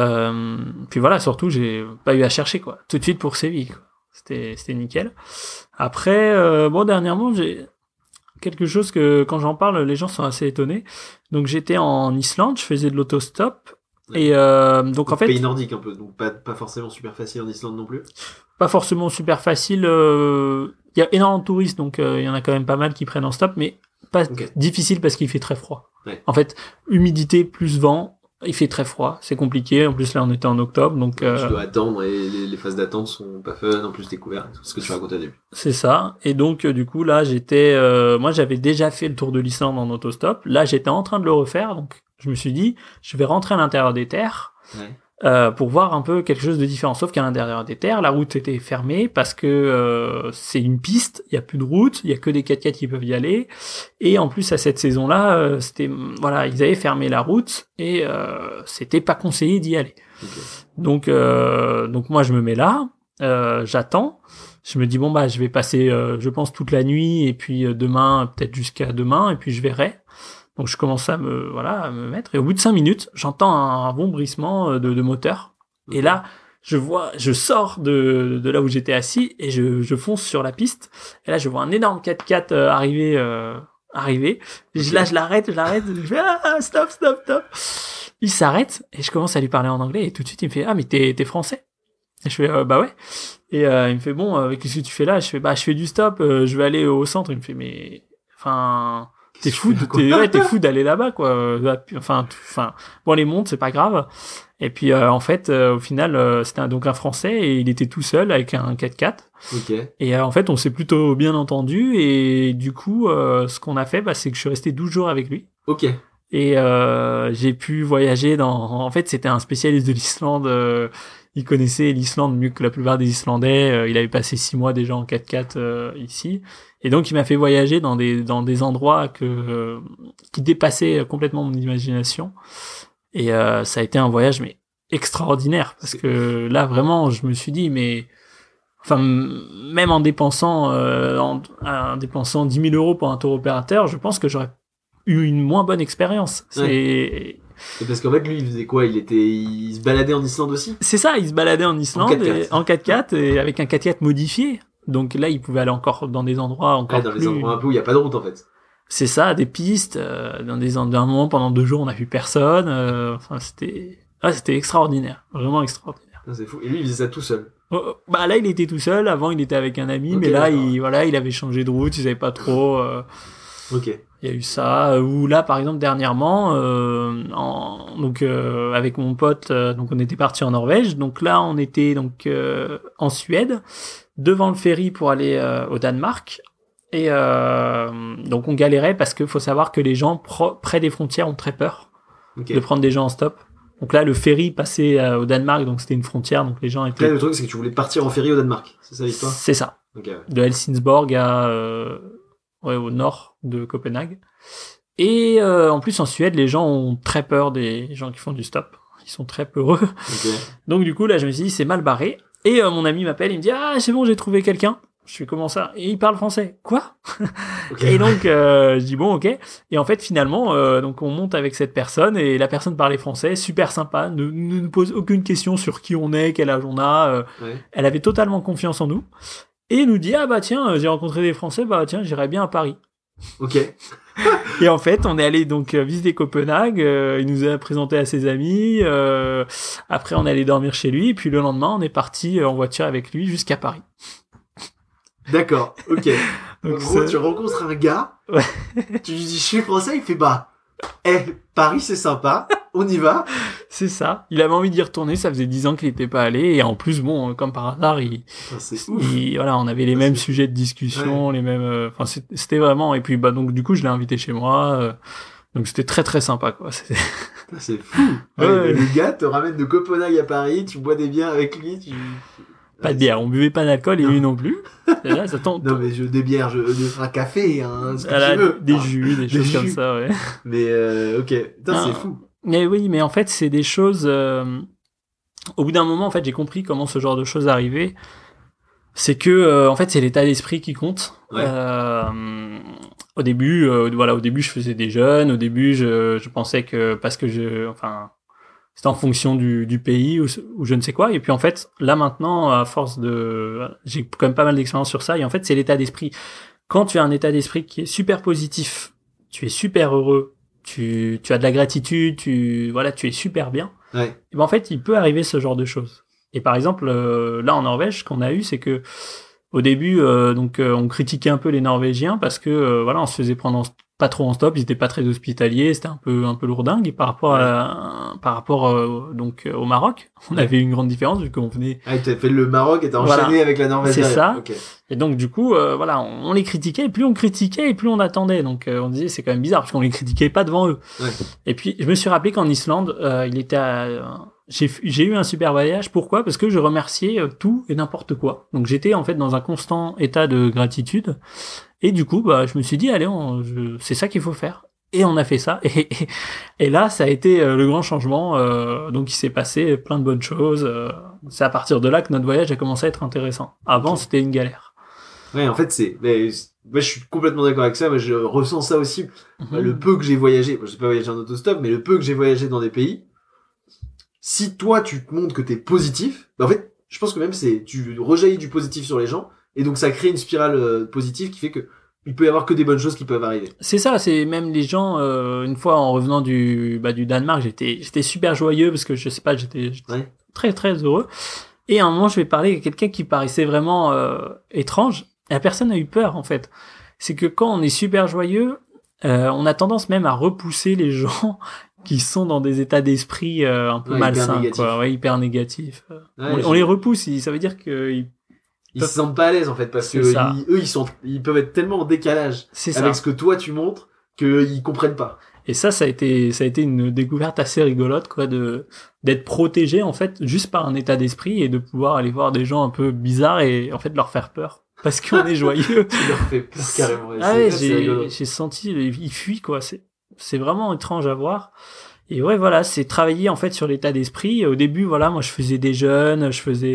S3: Puis voilà, surtout, j'ai pas eu à chercher, quoi. Tout de suite pour Séville, quoi. C'était nickel. Après, dernièrement, j'ai quelque chose que, quand j'en parle, les gens sont assez étonnés. Donc, j'étais en Islande, je faisais de l'autostop. Ouais. Et donc, en fait...
S2: Pays nordique, un peu. Donc, pas forcément super facile en Islande non plus.
S3: Pas forcément super facile. Il y a énormément de touristes, donc il y en a quand même pas mal qui prennent en stop, mais pas difficile parce qu'il fait très froid.
S2: Ouais.
S3: En fait, humidité plus vent, il fait très froid, c'est compliqué. En plus, là, on était en octobre, donc...
S2: Tu dois attendre et les phases d'attente sont pas fun. En plus, t'es couvert. C'est ce que tu racontais au début.
S3: C'est ça. Et donc, du coup, là, moi, j'avais déjà fait le tour de l'Islande en autostop. Là, j'étais en train de le refaire. Donc, je me suis dit, je vais rentrer à l'intérieur des terres. Ouais. Pour voir un peu quelque chose de différent. Sauf qu'à l'intérieur des terres, la route était fermée parce que c'est une piste, il y a plus de route, il y a que des 4x4 qui peuvent y aller. Et en plus, à cette saison-là, ils avaient fermé la route et c'était pas conseillé d'y aller. Okay. Donc moi, je me mets là, j'attends. Je me dis je vais passer, je pense toute la nuit et puis demain, peut-être jusqu'à demain, et puis je verrai. Donc je commence à me mettre et au bout de 5 minutes, j'entends un bruissement de moteur. Okay. Et là, je sors de là où j'étais assis et je fonce sur la piste. Et là, je vois un énorme 4x4 arriver. Okay. Là, je l'arrête, je fais stop. Il s'arrête et je commence à lui parler en anglais et tout de suite il me fait mais t'es français. Et je fais ouais. Et il me fait qu'est-ce que tu fais là? Je fais je fais du stop, je vais aller au centre. Il me fait mais t'es fou d'aller là-bas, quoi. Bon, les montres, c'est pas grave. Et puis, en fait, au final, c'était donc un Français et il était tout seul avec un 4x4.
S2: Okay.
S3: Et en fait, on s'est plutôt bien entendu et du coup, ce qu'on a fait, c'est que je suis resté 12 jours avec lui.
S2: Ok.
S3: Et j'ai pu voyager en fait, c'était un spécialiste de l'Islande. Il connaissait l'Islande mieux que la plupart des Islandais. Il avait passé 6 mois déjà en 4x4 ici. Et donc, il m'a fait voyager dans des endroits qui dépassaient complètement mon imagination. Et ça a été un voyage mais extraordinaire parce que là, vraiment, je me suis dit, mais enfin, même en dépensant 10 000 euros pour un tour opérateur, je pense que j'aurais eu une moins bonne expérience.
S2: Et parce qu'en fait, lui, il faisait quoi? Il se baladait en Islande aussi?
S3: C'est ça, il se baladait en Islande en 4x4 et avec un 4x4 modifié. Donc là, il pouvait aller encore dans des endroits encore
S2: dans
S3: plus...
S2: les endroits un peu où il n'y a pas de route, en fait.
S3: C'est ça, des pistes, dans un moment, pendant 2 jours, on n'a vu personne. Enfin, c'était extraordinaire, vraiment extraordinaire.
S2: C'est fou. Et lui, il faisait ça tout seul.
S3: Bah là, il était tout seul. Avant, il était avec un ami, mais là, il avait changé de route. Il savait pas trop.
S2: Ok.
S3: Il y a eu ça. Ou là, par exemple, dernièrement, avec mon pote, donc on était parti en Norvège. Donc là, on était donc en Suède, devant le ferry pour aller au Danemark. Et donc on galérait parce que faut savoir que les gens près des frontières ont très peur de prendre des gens en stop. Donc là, le ferry passait au Danemark, donc c'était une frontière, donc les gens étaient...
S2: Là, le truc, c'est que tu voulais partir en ferry au Danemark, c'est ça l'histoire?
S3: C'est ça.
S2: Okay, ouais.
S3: De Helsingborg au nord de Copenhague. Et en plus, en Suède, les gens ont très peur des gens qui font du stop. Ils sont très peureux. Okay. Donc du coup, là, je me suis dit, c'est mal barré. Et mon ami m'appelle, il me dit, ah, c'est bon, j'ai trouvé quelqu'un. Je fais comment ça? Et il parle français. Quoi? Okay. Et donc je dis bon, ok. Et en fait finalement donc on monte avec cette personne et la personne parlait français, super sympa, ne nous pose aucune question sur qui on est, quel âge on a. Elle avait totalement confiance en nous et nous dit ah bah tiens j'ai rencontré des Français, bah tiens j'irais bien à Paris.
S2: Ok.
S3: Et en fait on est allé donc visiter Copenhague. Il nous a présenté à ses amis. Après on est allé dormir chez lui et puis le lendemain on est parti en voiture avec lui jusqu'à Paris.
S2: D'accord, ok. Donc en gros, tu rencontres un gars, tu lui dis je suis français, il fait bah, Paris c'est sympa, on y va.
S3: C'est ça. Il avait envie d'y retourner, ça faisait 10 ans qu'il était pas allé, et en plus bon, comme par hasard, voilà, on avait les mêmes sujets de discussion, les mêmes, enfin c'était vraiment, et puis bah donc du coup je l'ai invité chez moi, donc c'était très très sympa quoi.
S2: C'est fou. Le gars te ramène de Copenhague à Paris, tu bois des bières avec lui,
S3: Pas de bière, on buvait pas d'alcool et lui non plus. Là, ça tombe.
S2: Non mais des bières, un café, ce que tu veux.
S3: Des jus, des choses comme ça, ouais.
S2: Mais ok, putain, c'est fou.
S3: Mais oui, mais en fait, c'est des choses. Au bout d'un moment, en fait, j'ai compris comment ce genre de choses arrivait. C'est que, en fait, c'est l'état d'esprit qui compte.
S2: Ouais.
S3: Au début, je faisais des jeûnes. Au début, je pensais que parce que c'était en fonction du pays ou je ne sais quoi. Et puis en fait, là maintenant, à force j'ai quand même pas mal d'expérience sur ça. Et en fait, c'est l'état d'esprit. Quand tu as un état d'esprit qui est super positif, tu es super heureux, tu as de la gratitude, tu es super bien.
S2: Ouais.
S3: Et ben en fait, il peut arriver ce genre de choses. Et par exemple, là en Norvège, ce qu'on a eu, c'est que au début, on critiquait un peu les Norvégiens parce que on se faisait prendre pas trop en stop, ils étaient pas très hospitaliers, c'était un peu lourdingue. Et par rapport au Maroc, on avait une grande différence vu qu'on venait.
S2: Ah, t'as fait le Maroc et t'as enchaîné avec la Norvège.
S3: C'est ça.
S2: Okay.
S3: Et donc du coup, on les critiquait, et plus on critiquait, et plus on attendait. Donc on disait c'est quand même bizarre parce qu'on les critiquait pas devant eux.
S2: Ouais.
S3: Et puis je me suis rappelé qu'en Islande, j'ai eu un super voyage. Pourquoi? Parce que je remerciais tout et n'importe quoi. Donc j'étais en fait dans un constant état de gratitude. Et du coup, je me suis dit, allez, c'est ça qu'il faut faire. Et on a fait ça. Et là, ça a été le grand changement. Donc il s'est passé plein de bonnes choses. C'est à partir de là que notre voyage a commencé à être intéressant. Avant, c'était une galère.
S2: Ouais, en fait, moi, je suis complètement d'accord avec ça. Moi, je ressens ça aussi. Le peu que j'ai voyagé, je n'ai pas voyagé en autostop, mais le peu que j'ai voyagé dans des pays, si toi, tu te montres que t'es positif, en fait, je pense que même tu rejaillis du positif sur les gens, et donc ça crée une spirale positive qui fait que il peut y avoir que des bonnes choses qui peuvent arriver.
S3: C'est ça, c'est même les gens, une fois en revenant du Danemark, j'étais super joyeux parce que je sais pas, j'étais très très heureux. Et à un moment, je vais parler à quelqu'un qui paraissait vraiment étrange. Et la personne a eu peur en fait. C'est que quand on est super joyeux, on a tendance même à repousser les gens qui sont dans des états d'esprit un peu malsains, quoi, hyper négatifs. On les repousse, ça veut dire que
S2: ils se sentent pas à l'aise en fait parce que eux ils peuvent être tellement en décalage avec ce que toi tu montres qu'ils comprennent pas.
S3: Et ça a été une découverte assez rigolote quoi, d'être protégé en fait juste par un état d'esprit et de pouvoir aller voir des gens un peu bizarres et en fait leur faire peur parce qu'on est joyeux.
S2: Tu leur fais peur carrément.
S3: Ah ouais, j'ai senti ils fuient quoi, c'est vraiment étrange à voir. Et ouais, voilà, c'est travailler en fait sur l'état d'esprit. Au début, moi je faisais des jeûnes, je faisais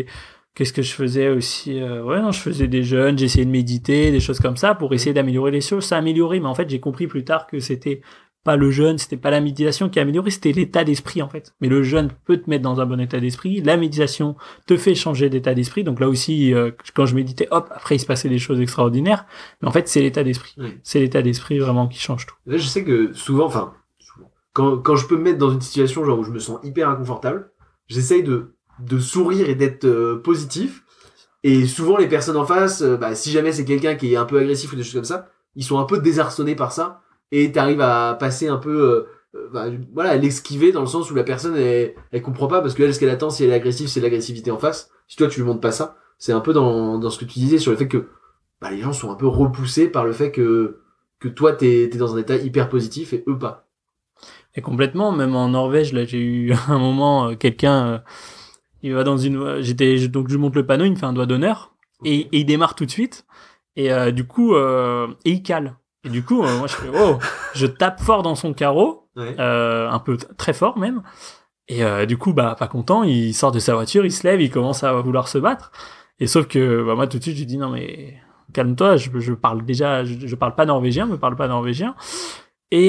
S3: Qu'est-ce que je faisais aussi je faisais des jeûnes, j'essayais de méditer, des choses comme ça pour essayer d'améliorer les choses. Ça a amélioré, mais en fait, j'ai compris plus tard que c'était pas le jeûne, c'était pas la méditation qui a amélioré, c'était l'état d'esprit en fait. Mais le jeûne peut te mettre dans un bon état d'esprit, la méditation te fait changer d'état d'esprit. Donc là aussi, quand je méditais, hop, après il se passait des choses extraordinaires. Mais en fait, c'est l'état d'esprit. Oui. C'est l'état d'esprit vraiment qui change tout.
S2: Là, je sais que souvent, quand je peux me mettre dans une situation genre où je me sens hyper inconfortable, j'essaye de sourire et d'être positif. Et souvent, les personnes en face, si jamais c'est quelqu'un qui est un peu agressif ou des choses comme ça, ils sont un peu désarçonnés par ça. Et t'arrives à passer un peu, à l'esquiver dans le sens où la personne, elle comprend pas parce que elle, ce qu'elle attend, si elle est agressive, c'est l'agressivité en face. Si toi, tu lui montres pas ça, c'est un peu dans ce que tu disais sur le fait que, les gens sont un peu repoussés par le fait que toi, t'es dans un état hyper positif et eux pas.
S3: Et complètement, même en Norvège, là, j'ai eu un moment, quelqu'un, il va dans donc je lui montre le panneau, il me fait un doigt d'honneur, et il démarre tout de suite, et du coup, et il cale. Et du coup, moi, je fais, je tape fort dans son carreau, un peu très fort même. Et du coup, pas content, il sort de sa voiture, il se lève, il commence à vouloir se battre. Et sauf que, moi, tout de suite, je lui dis, non, mais calme-toi, je parle déjà, je parle pas norvégien, me parle pas norvégien. Et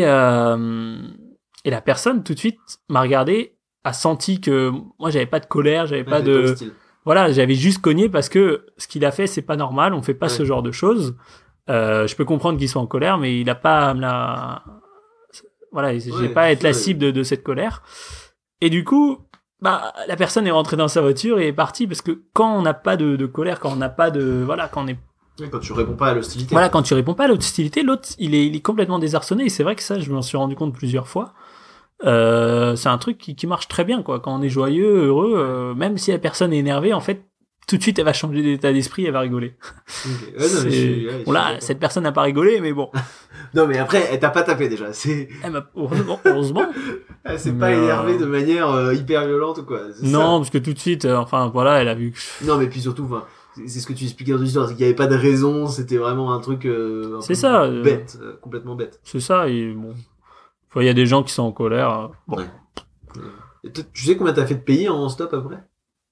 S3: la personne, tout de suite, m'a regardé, a senti que moi, j'avais pas de colère, j'avais pas de... Voilà, j'avais juste cogné parce que ce qu'il a fait, c'est pas normal, on fait pas ce genre de choses. Je peux comprendre qu'il soit en colère, mais il a pas à me la... Voilà, j'ai pas à être la cible de cette colère. Et du coup, la personne est rentrée dans sa voiture et est partie parce que quand on n'a pas de colère, quand on n'a pas de... Voilà, quand on est...
S2: quand tu réponds pas à l'hostilité.
S3: Voilà, quand tu réponds pas à l'hostilité, l'autre, il est complètement désarçonné. Et c'est vrai que ça, je m'en suis rendu compte plusieurs fois. C'est un truc qui marche très bien, quoi. Quand on est joyeux, heureux, même si la personne est énervée, en fait, tout de suite, elle va changer d'état d'esprit, elle va rigoler. Okay. Cette personne n'a pas rigolé, mais bon.
S2: Non, mais après, elle t'a pas tapé déjà.
S3: Heureusement.
S2: Elle s'est pas énervée de manière hyper violente ou quoi.
S3: Non, parce que tout de suite, elle a vu que...
S2: Non, mais puis surtout, c'est ce que tu expliquais dans l'histoire, c'est qu'il y avait pas de raison, c'était vraiment un truc bête, complètement bête.
S3: C'est ça, et bon... Il y a des gens qui sont en colère. Bon.
S2: Ouais. Et tu sais combien t'as fait de pays en stop après ?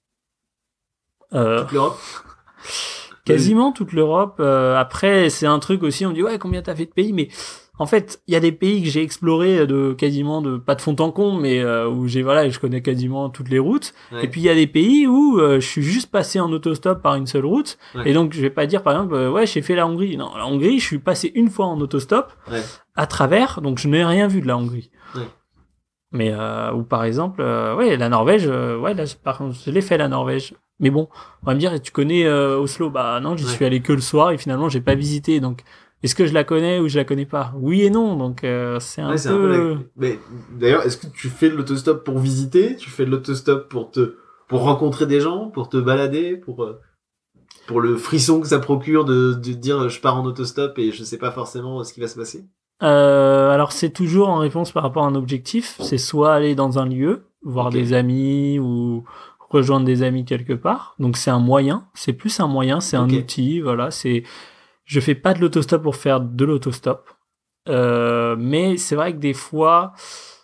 S2: Toute l'Europe ?
S3: Quasiment toute l'Europe. Après, c'est un truc aussi, on me dit combien t'as fait de pays, mais en fait, il y a des pays que j'ai explorés pas de fond en comble, mais où je connais quasiment toutes les routes. Ouais. Et puis il y a des pays où je suis juste passé en autostop par une seule route. Ouais. Et donc je vais pas dire par exemple j'ai fait la Hongrie. Non, la Hongrie, je suis passé une fois en autostop à travers, donc je n'ai rien vu de la Hongrie. Ouais. Mais ou par exemple la Norvège, là par contre, je l'ai fait la Norvège. Mais bon, on va me dire tu connais Oslo ? Non, j'y suis allé que le soir et finalement j'ai pas visité, donc est-ce que je la connais ou je la connais pas ? Oui et non, donc c'est un peu...
S2: Mais d'ailleurs, est-ce que tu fais de l'autostop pour visiter ? Tu fais de l'autostop pour rencontrer des gens, pour te balader, pour le frisson que ça procure de dire je pars en autostop et je sais pas forcément ce qui va se passer ?
S3: Alors c'est toujours en réponse par rapport à un objectif, c'est soit aller dans un lieu, voir des amis ou rejoindre des amis quelque part. Donc c'est un moyen, c'est plus un moyen, c'est un outil, voilà, c'est... Je fais pas de l'autostop pour faire de l'autostop. Mais c'est vrai que des fois,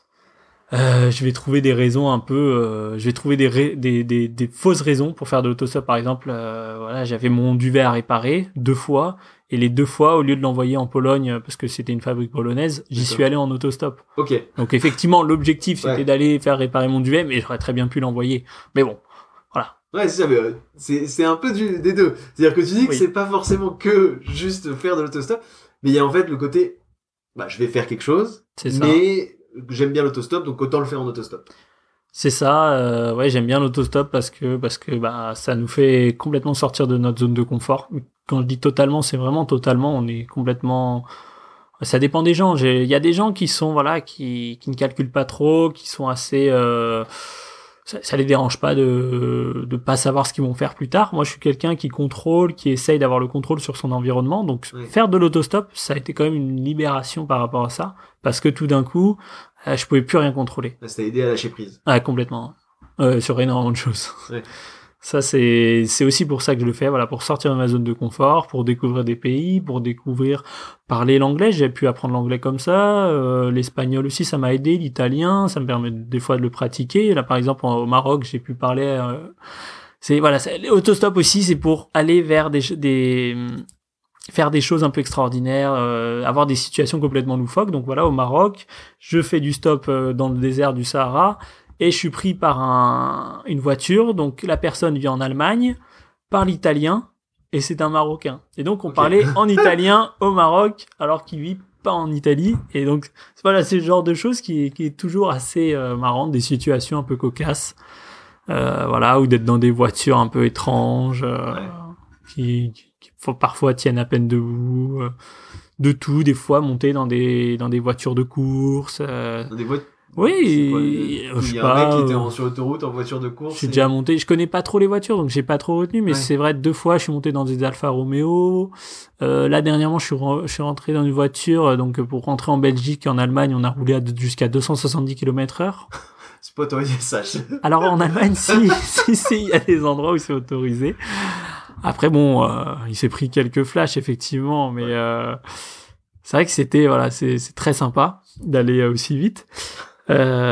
S3: je vais trouver des raisons un peu... je vais trouver des fausses raisons pour faire de l'autostop. Par exemple, j'avais mon duvet à réparer 2 fois. Et les 2 fois, au lieu de l'envoyer en Pologne, parce que c'était une fabrique polonaise, j'y suis allé en autostop.
S2: Okay.
S3: Donc effectivement, l'objectif, c'était d'aller faire réparer mon duvet, mais j'aurais très bien pu l'envoyer. Mais bon, voilà.
S2: Ouais, c'est ça, mais c'est un peu des deux. C'est-à-dire que tu dis que c'est pas forcément que juste faire de l'autostop, mais il y a en fait le côté, je vais faire quelque chose, mais j'aime bien l'autostop, donc autant le faire en autostop.
S3: C'est ça, j'aime bien l'autostop parce que ça nous fait complètement sortir de notre zone de confort. Quand je dis totalement, c'est vraiment totalement, on est complètement... Ça dépend des gens. Il y a des gens qui sont, qui ne calculent pas trop, qui sont assez... Ça les dérange pas de pas savoir ce qu'ils vont faire plus tard. Moi, je suis quelqu'un qui contrôle, qui essaye d'avoir le contrôle sur son environnement. Donc, faire de l'autostop, ça a été quand même une libération par rapport à ça. Parce que tout d'un coup, je pouvais plus rien contrôler.
S2: Ça t'a aidé à lâcher prise.
S3: Ah, complètement. Sur énormément de choses. Ouais. Ça, c'est aussi pour ça que je le fais, pour sortir de ma zone de confort, pour découvrir des pays, pour parler l'anglais. J'ai pu apprendre l'anglais comme ça. L'espagnol aussi, ça m'a aidé. L'italien, ça me permet des fois de le pratiquer. Là, par exemple, au Maroc, j'ai pu parler... L'autostop aussi, c'est pour aller vers faire des choses un peu extraordinaires, avoir des situations complètement loufoques. Donc voilà, au Maroc, je fais du stop dans le désert du Sahara et je suis pris par une voiture. Donc la personne vit en Allemagne, parle italien et c'est un Marocain. Et donc on parlait en italien au Maroc alors qu'il vit pas en Italie. Et donc voilà, c'est le genre de choses qui est toujours assez marrant, des situations un peu cocasses. Voilà, ou d'être dans des voitures un peu étranges qui parfois tiennent à peine debout, de tout, des fois monter dans des voitures de course.
S2: Dans des voitures.
S3: Oui,
S2: il y a un mec qui était sur l'autoroute en voiture de course.
S3: Je suis déjà monté, je connais pas trop les voitures, donc j'ai pas trop retenu, mais c'est vrai, 2 fois, je suis monté dans des Alfa Romeo. Là, dernièrement, je suis rentré dans une voiture, donc pour rentrer en Belgique et en Allemagne, on a roulé jusqu'à 270 km/h.
S2: C'est pas autorisé, sache.
S3: Alors, en Allemagne, si, il y a des endroits où c'est autorisé. Après, bon, il s'est pris quelques flashs, effectivement, mais c'est vrai que c'est très sympa d'aller aussi vite.
S2: Et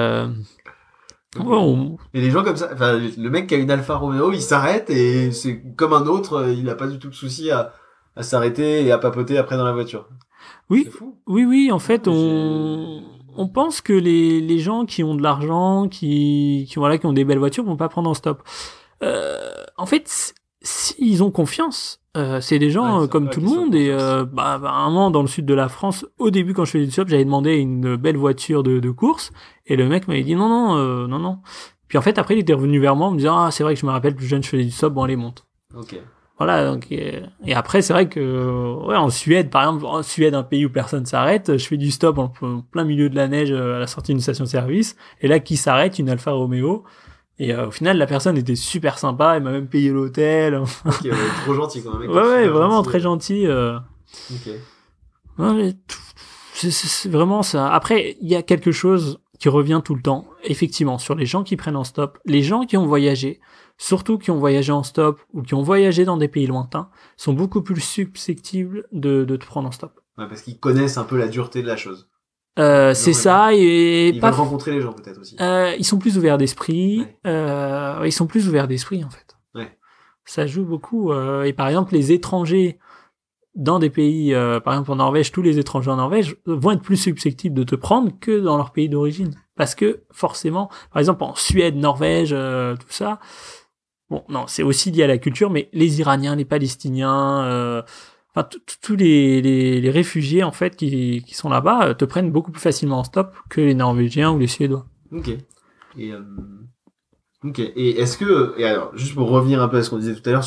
S2: les gens comme ça, enfin, le mec qui a une Alfa Romeo, il s'arrête et c'est comme un autre, il a pas du tout de souci à s'arrêter et à papoter après dans la voiture.
S3: Oui,
S2: c'est fou.
S3: Oui, en fait, on pense que les gens qui ont de l'argent, qui ont des belles voitures, vont pas prendre en stop. En fait, s'ils ont confiance, c'est des gens comme tout le monde. Et à un moment, dans le sud de la France, au début, quand je faisais du stop, j'avais demandé une belle voiture de course, et le mec m'avait dit non. Puis en fait, après, il était revenu vers moi en me disant c'est vrai que je me rappelle, plus jeune, je faisais du stop, bon, allez, monte.
S2: Ok.
S3: Voilà, donc, et après, c'est vrai que, en Suède, par exemple, un pays où personne s'arrête, je fais du stop en plein milieu de la neige à la sortie d'une station-service, et là, qui s'arrête? Une Alfa Romeo. Et au final, la personne était super sympa, elle m'a même payé l'hôtel.
S2: Ok, trop gentil quand même.
S3: Ouais, vraiment très gentil.
S2: Ok.
S3: Ouais, mais c'est vraiment ça. Après, il y a quelque chose qui revient tout le temps, effectivement, sur les gens qui prennent en stop, les gens qui ont voyagé, surtout qui ont voyagé en stop ou qui ont voyagé dans des pays lointains, sont beaucoup plus susceptibles de te prendre en stop.
S2: Ouais, parce qu'ils connaissent un peu la dureté de la chose.
S3: C'est ça, et
S2: ils veulent rencontrer les gens peut-être aussi.
S3: Ils sont plus ouverts d'esprit. Ils sont plus ouverts d'esprit en fait.
S2: Ouais.
S3: Ça joue beaucoup. Et par exemple, les étrangers dans des pays, par exemple en Norvège, tous les étrangers en Norvège vont être plus susceptibles de te prendre que dans leur pays d'origine, parce que forcément, par exemple en Suède, Norvège, tout ça. Bon, non, c'est aussi lié à la culture, mais les Iraniens, les Palestiniens. Enfin, tous les réfugiés en fait qui sont là-bas te prennent beaucoup plus facilement en stop que les Norvégiens ou les Suédois.
S2: Ok. Et est-ce que, et alors juste pour revenir un peu à ce qu'on disait tout à l'heure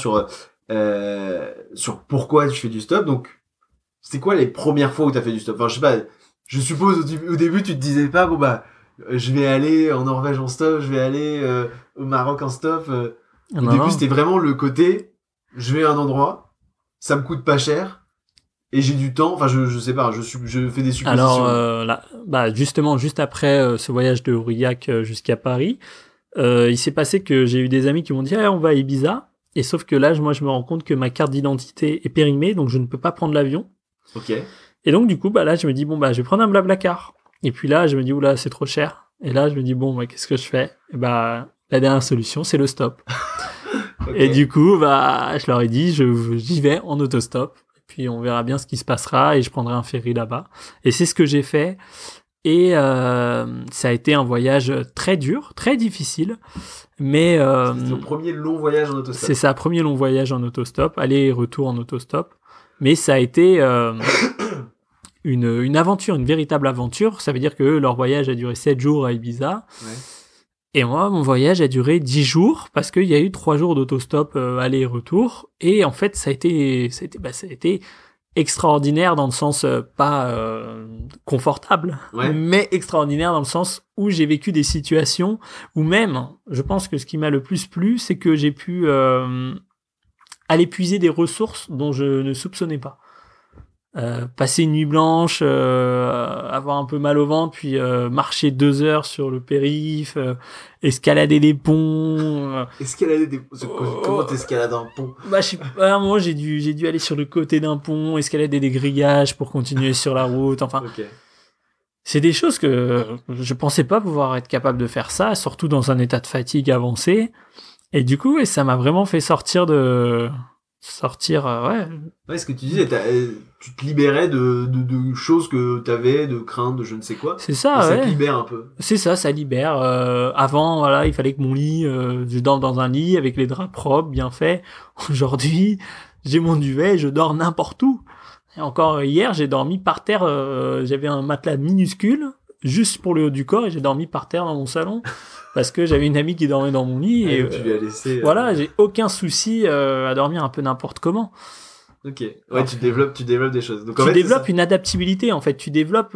S2: sur pourquoi tu fais du stop, donc c'était quoi les premières fois où t'as fait du stop? Enfin, je sais pas. Je suppose au début tu te disais pas je vais aller en Norvège en stop, je vais aller au Maroc en stop. Au début c'était vraiment le côté je vais à un endroit. Ça me coûte pas cher et j'ai du temps. Enfin, je sais pas. Je fais des suppositions.
S3: Alors justement, juste après ce voyage de Aurillac jusqu'à Paris, il s'est passé que j'ai eu des amis qui m'ont dit on va à Ibiza. Et sauf que là, moi, je me rends compte que ma carte d'identité est périmée, donc je ne peux pas prendre l'avion.
S2: Ok.
S3: Et donc du coup, là, je me dis je vais prendre un Blablacar. Et puis là, je me dis oula, c'est trop cher. Et là, je me dis qu'est-ce que je fais? Et la dernière solution, c'est le stop. Okay. Et du coup, je leur ai dit, j'y vais en autostop. Et puis, on verra bien ce qui se passera et je prendrai un ferry là-bas. Et c'est ce que j'ai fait. Et ça a été un voyage très dur, très difficile. Mais
S2: c'est ton premier long voyage en autostop.
S3: C'est ça, premier long voyage en autostop, aller et retour en autostop. Mais ça a été une aventure, une véritable aventure. Ça veut dire que leur voyage a duré 7 jours à Ibiza. Ouais. Et moi, mon voyage a duré 10 jours parce qu'il y a eu 3 jours d'autostop aller et retour. Et en fait, ça a été extraordinaire dans le sens pas confortable, mais extraordinaire dans le sens où j'ai vécu des situations où même, je pense que ce qui m'a le plus plu, c'est que j'ai pu aller puiser des ressources dont je ne soupçonnais pas. Passer une nuit blanche, avoir un peu mal au ventre, puis marcher 2 heures sur le périph', escalader des ponts.
S2: Escalader des ponts. Comment t'escalades un pont?
S3: À un moment j'ai dû aller sur le côté d'un pont, escalader des grillages pour continuer sur la route. Enfin, c'est des choses que je pensais pas pouvoir être capable de faire ça, surtout dans un état de fatigue avancé. Et du coup, ça m'a vraiment fait sortir, ouais.
S2: Ouais, ce que tu disais, tu te libérais de choses que t'avais, de craintes, de je ne sais quoi.
S3: C'est ça,
S2: ça
S3: ouais.
S2: te libère un peu.
S3: C'est ça libère. Avant, voilà, il fallait que mon lit, je dorme dans un lit avec les draps propres, bien faits. Aujourd'hui, j'ai mon duvet, je dors n'importe où. Et encore hier, j'ai dormi par terre, j'avais un matelas minuscule, juste pour le haut du corps, et j'ai dormi par terre dans mon salon. Parce que j'avais une amie qui dormait dans mon lit et
S2: tu lui as laissé.
S3: Voilà, j'ai aucun souci à dormir un peu n'importe comment.
S2: Ok. Ouais, alors, tu développes des choses. Donc,
S3: tu développes une adaptabilité en fait. Tu développes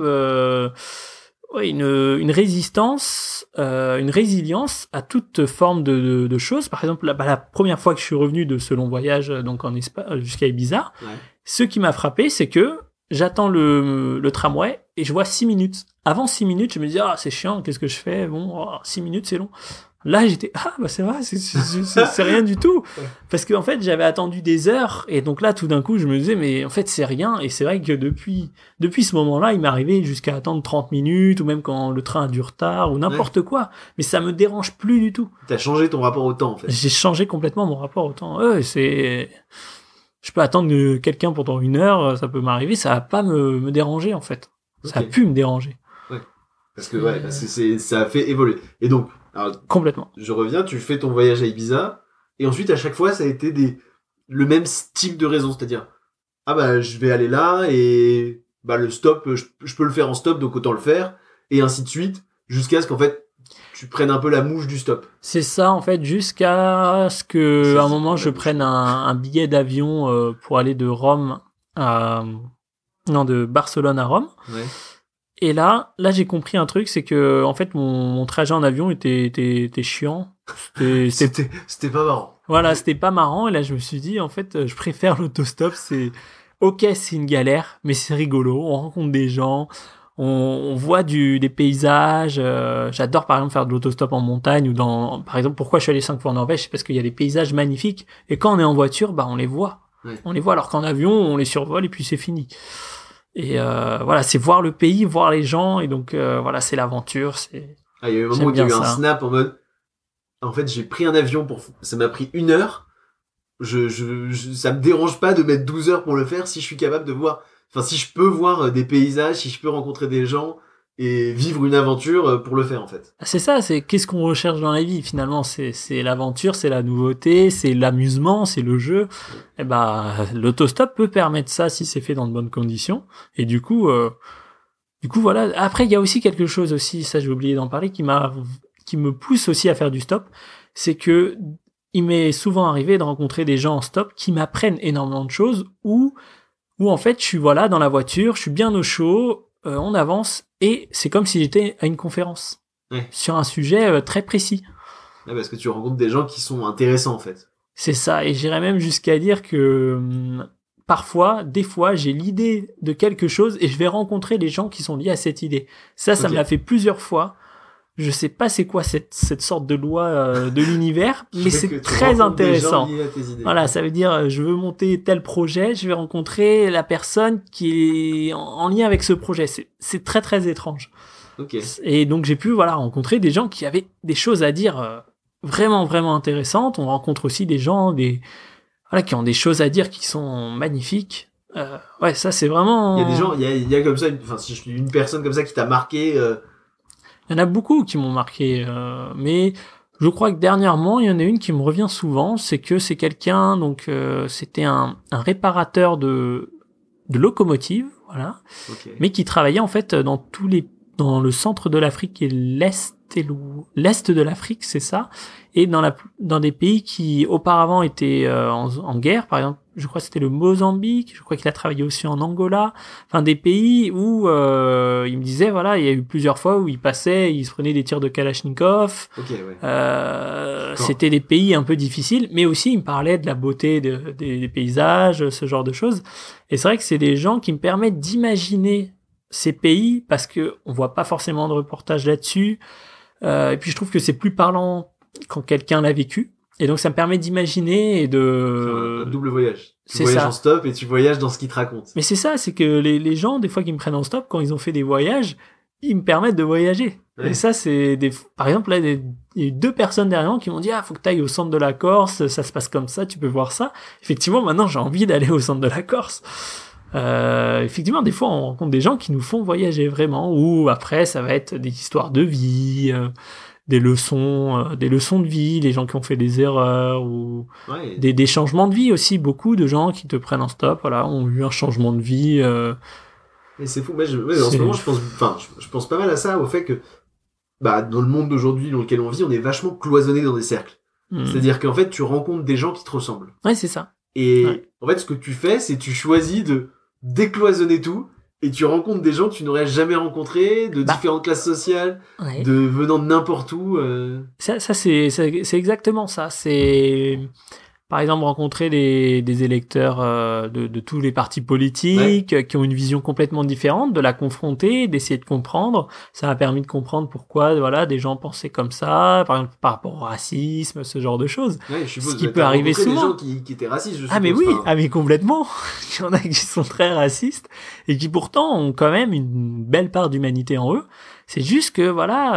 S3: une résistance, une résilience à toute forme de choses. Par exemple, la première fois que je suis revenu de ce long voyage donc en Espagne jusqu'à Ibiza, ce qui m'a frappé, c'est que j'attends le tramway et je vois 6 minutes. Avant 6 minutes, je me dis c'est chiant, qu'est-ce que je fais? Bon, 6 minutes, c'est long. Là, j'étais c'est vrai, c'est rien du tout. Parce que en fait, j'avais attendu des heures et donc là, tout d'un coup, je me disais mais en fait, c'est rien. Et c'est vrai que depuis ce moment-là, il m'est arrivé jusqu'à attendre 30 minutes ou même quand le train a du retard ou n'importe quoi. Mais ça me dérange plus du tout.
S2: T'as changé ton rapport au temps, en fait.
S3: J'ai changé complètement mon rapport au temps. Je peux attendre quelqu'un pendant 1 heure, ça peut m'arriver, ça va pas me déranger en fait. Ça a pu me déranger.
S2: Ouais. Parce que ça a fait évoluer. Et donc, alors,
S3: complètement.
S2: Je reviens, tu fais ton voyage à Ibiza, et ensuite à chaque fois ça a été le même type de raison, c'est-à-dire je vais aller là et le stop, je peux le faire en stop, donc autant le faire, et ainsi de suite, jusqu'à ce qu'en fait tu prennes un peu la mouche du stop.
S3: C'est ça en fait, jusqu'à ce que à un moment je prenne un billet d'avion pour aller de Barcelone à Rome.
S2: Ouais.
S3: Et là j'ai compris un truc, c'est que en fait mon trajet en avion était chiant.
S2: C'était pas marrant.
S3: Voilà, c'était pas marrant. Et là je me suis dit en fait je préfère l'autostop. C'est une galère, mais c'est rigolo. On rencontre des gens. On voit des paysages. J'adore par exemple faire de l'autostop en montagne ou par exemple, pourquoi je suis allé 5 fois en Norvège, c'est parce qu'il y a des paysages magnifiques et quand on est en voiture, on les voit. Ouais. On les voit, alors qu'en avion, on les survole et puis c'est fini. Et c'est voir le pays, voir les gens, et donc c'est l'aventure.
S2: Il y a eu un moment où il y a eu un snap en mode en fait j'ai pris un avion ça m'a pris 1 heure. Ça me dérange pas de mettre 12 heures pour le faire si je suis capable de voir. Enfin, si je peux voir des paysages, si je peux rencontrer des gens et vivre une aventure pour le faire, en fait.
S3: C'est ça, c'est qu'est-ce qu'on recherche dans la vie, finalement. C'est l'aventure, c'est la nouveauté, c'est l'amusement, c'est le jeu. Et l'autostop peut permettre ça si c'est fait dans de bonnes conditions. Et du coup, voilà. Après, il y a aussi quelque chose aussi, ça j'ai oublié d'en parler, qui me pousse aussi à faire du stop. C'est que il m'est souvent arrivé de rencontrer des gens en stop qui m'apprennent énormément de choses où en fait je suis dans la voiture, je suis bien au chaud, on avance et c'est comme si j'étais à une conférence sur un sujet très précis.
S2: Ouais, parce que tu rencontres des gens qui sont intéressants en fait.
S3: C'est ça, et j'irais même jusqu'à dire que des fois, j'ai l'idée de quelque chose et je vais rencontrer les gens qui sont liés à cette idée. Ça me l'a fait plusieurs fois. Je sais pas c'est quoi cette sorte de loi de l'univers, mais c'est très intéressant. Voilà, ça veut dire je veux monter tel projet, je vais rencontrer la personne qui est en lien avec ce projet. C'est très très étrange.
S2: Okay.
S3: Et donc j'ai pu rencontrer des gens qui avaient des choses à dire vraiment vraiment intéressantes. On rencontre aussi des gens qui ont des choses à dire qui sont magnifiques. Ça c'est vraiment.
S2: Il y a des gens, il y a comme ça, une personne comme ça qui t'a marqué.
S3: Il y en a beaucoup qui m'ont marqué, mais je crois que dernièrement, il y en a une qui me revient souvent, c'est que c'est quelqu'un, donc c'était un réparateur de locomotives, voilà, mais qui travaillait en fait dans le centre de l'Afrique et l'est de l'Afrique, c'est ça, et dans des pays qui auparavant étaient en guerre, par exemple, je crois que c'était le Mozambique, je crois qu'il a travaillé aussi en Angola, enfin des pays où il me disait il y a eu plusieurs fois où il se prenait des tirs de Kalachnikov. C'était des pays un peu difficiles, mais aussi il me parlait de la beauté des paysages, ce genre de choses. Et c'est vrai que c'est des gens qui me permettent d'imaginer ces pays parce que on voit pas forcément de reportages là-dessus. Et puis je trouve que c'est plus parlant quand quelqu'un l'a vécu. Et donc ça me permet d'imaginer et de...
S2: Un double voyage. Tu voyages en stop et tu voyages dans ce qu'ils te racontent.
S3: Mais c'est ça, c'est que les gens, des fois qui me prennent en stop, quand ils ont fait des voyages, ils me permettent de voyager. Ouais. Et ça, c'est par exemple, là, il y a eu 2 personnes derrière moi qui m'ont dit, faut que tu ailles au centre de la Corse, ça se passe comme ça, tu peux voir ça. Effectivement, maintenant, j'ai envie d'aller au centre de la Corse. Effectivement, des fois, on rencontre des gens qui nous font voyager vraiment, ou après, ça va être des histoires de vie, des leçons de vie, les gens qui ont fait des erreurs, ou des changements de vie aussi. Beaucoup de gens qui te prennent en stop, voilà, ont eu un changement de vie.
S2: Et c'est fou. En ce moment, je pense pas mal à ça, au fait que, dans le monde d'aujourd'hui dans lequel on vit, on est vachement cloisonné dans des cercles. C'est-à-dire qu'en fait, tu rencontres des gens qui te ressemblent.
S3: Ouais, c'est ça.
S2: Et en fait, ce que tu fais, c'est tu choisis de décloisonner tout, et tu rencontres des gens que tu n'aurais jamais rencontrés, de différentes classes sociales, venant de n'importe où.
S3: Ça c'est exactement ça. C'est par exemple rencontrer des électeurs de tous les partis politiques qui ont une vision complètement différente, de la confronter, d'essayer de comprendre. Ça m'a permis de comprendre pourquoi des gens pensaient comme ça, par exemple par rapport au racisme, ce genre de choses.
S2: Ouais, je suppose,
S3: ce qui peut arriver souvent.
S2: Des gens qui étaient racistes, je suppose.
S3: Ah mais oui, mais complètement. Il y en a qui sont très racistes et qui pourtant ont quand même une belle part d'humanité en eux. C'est juste que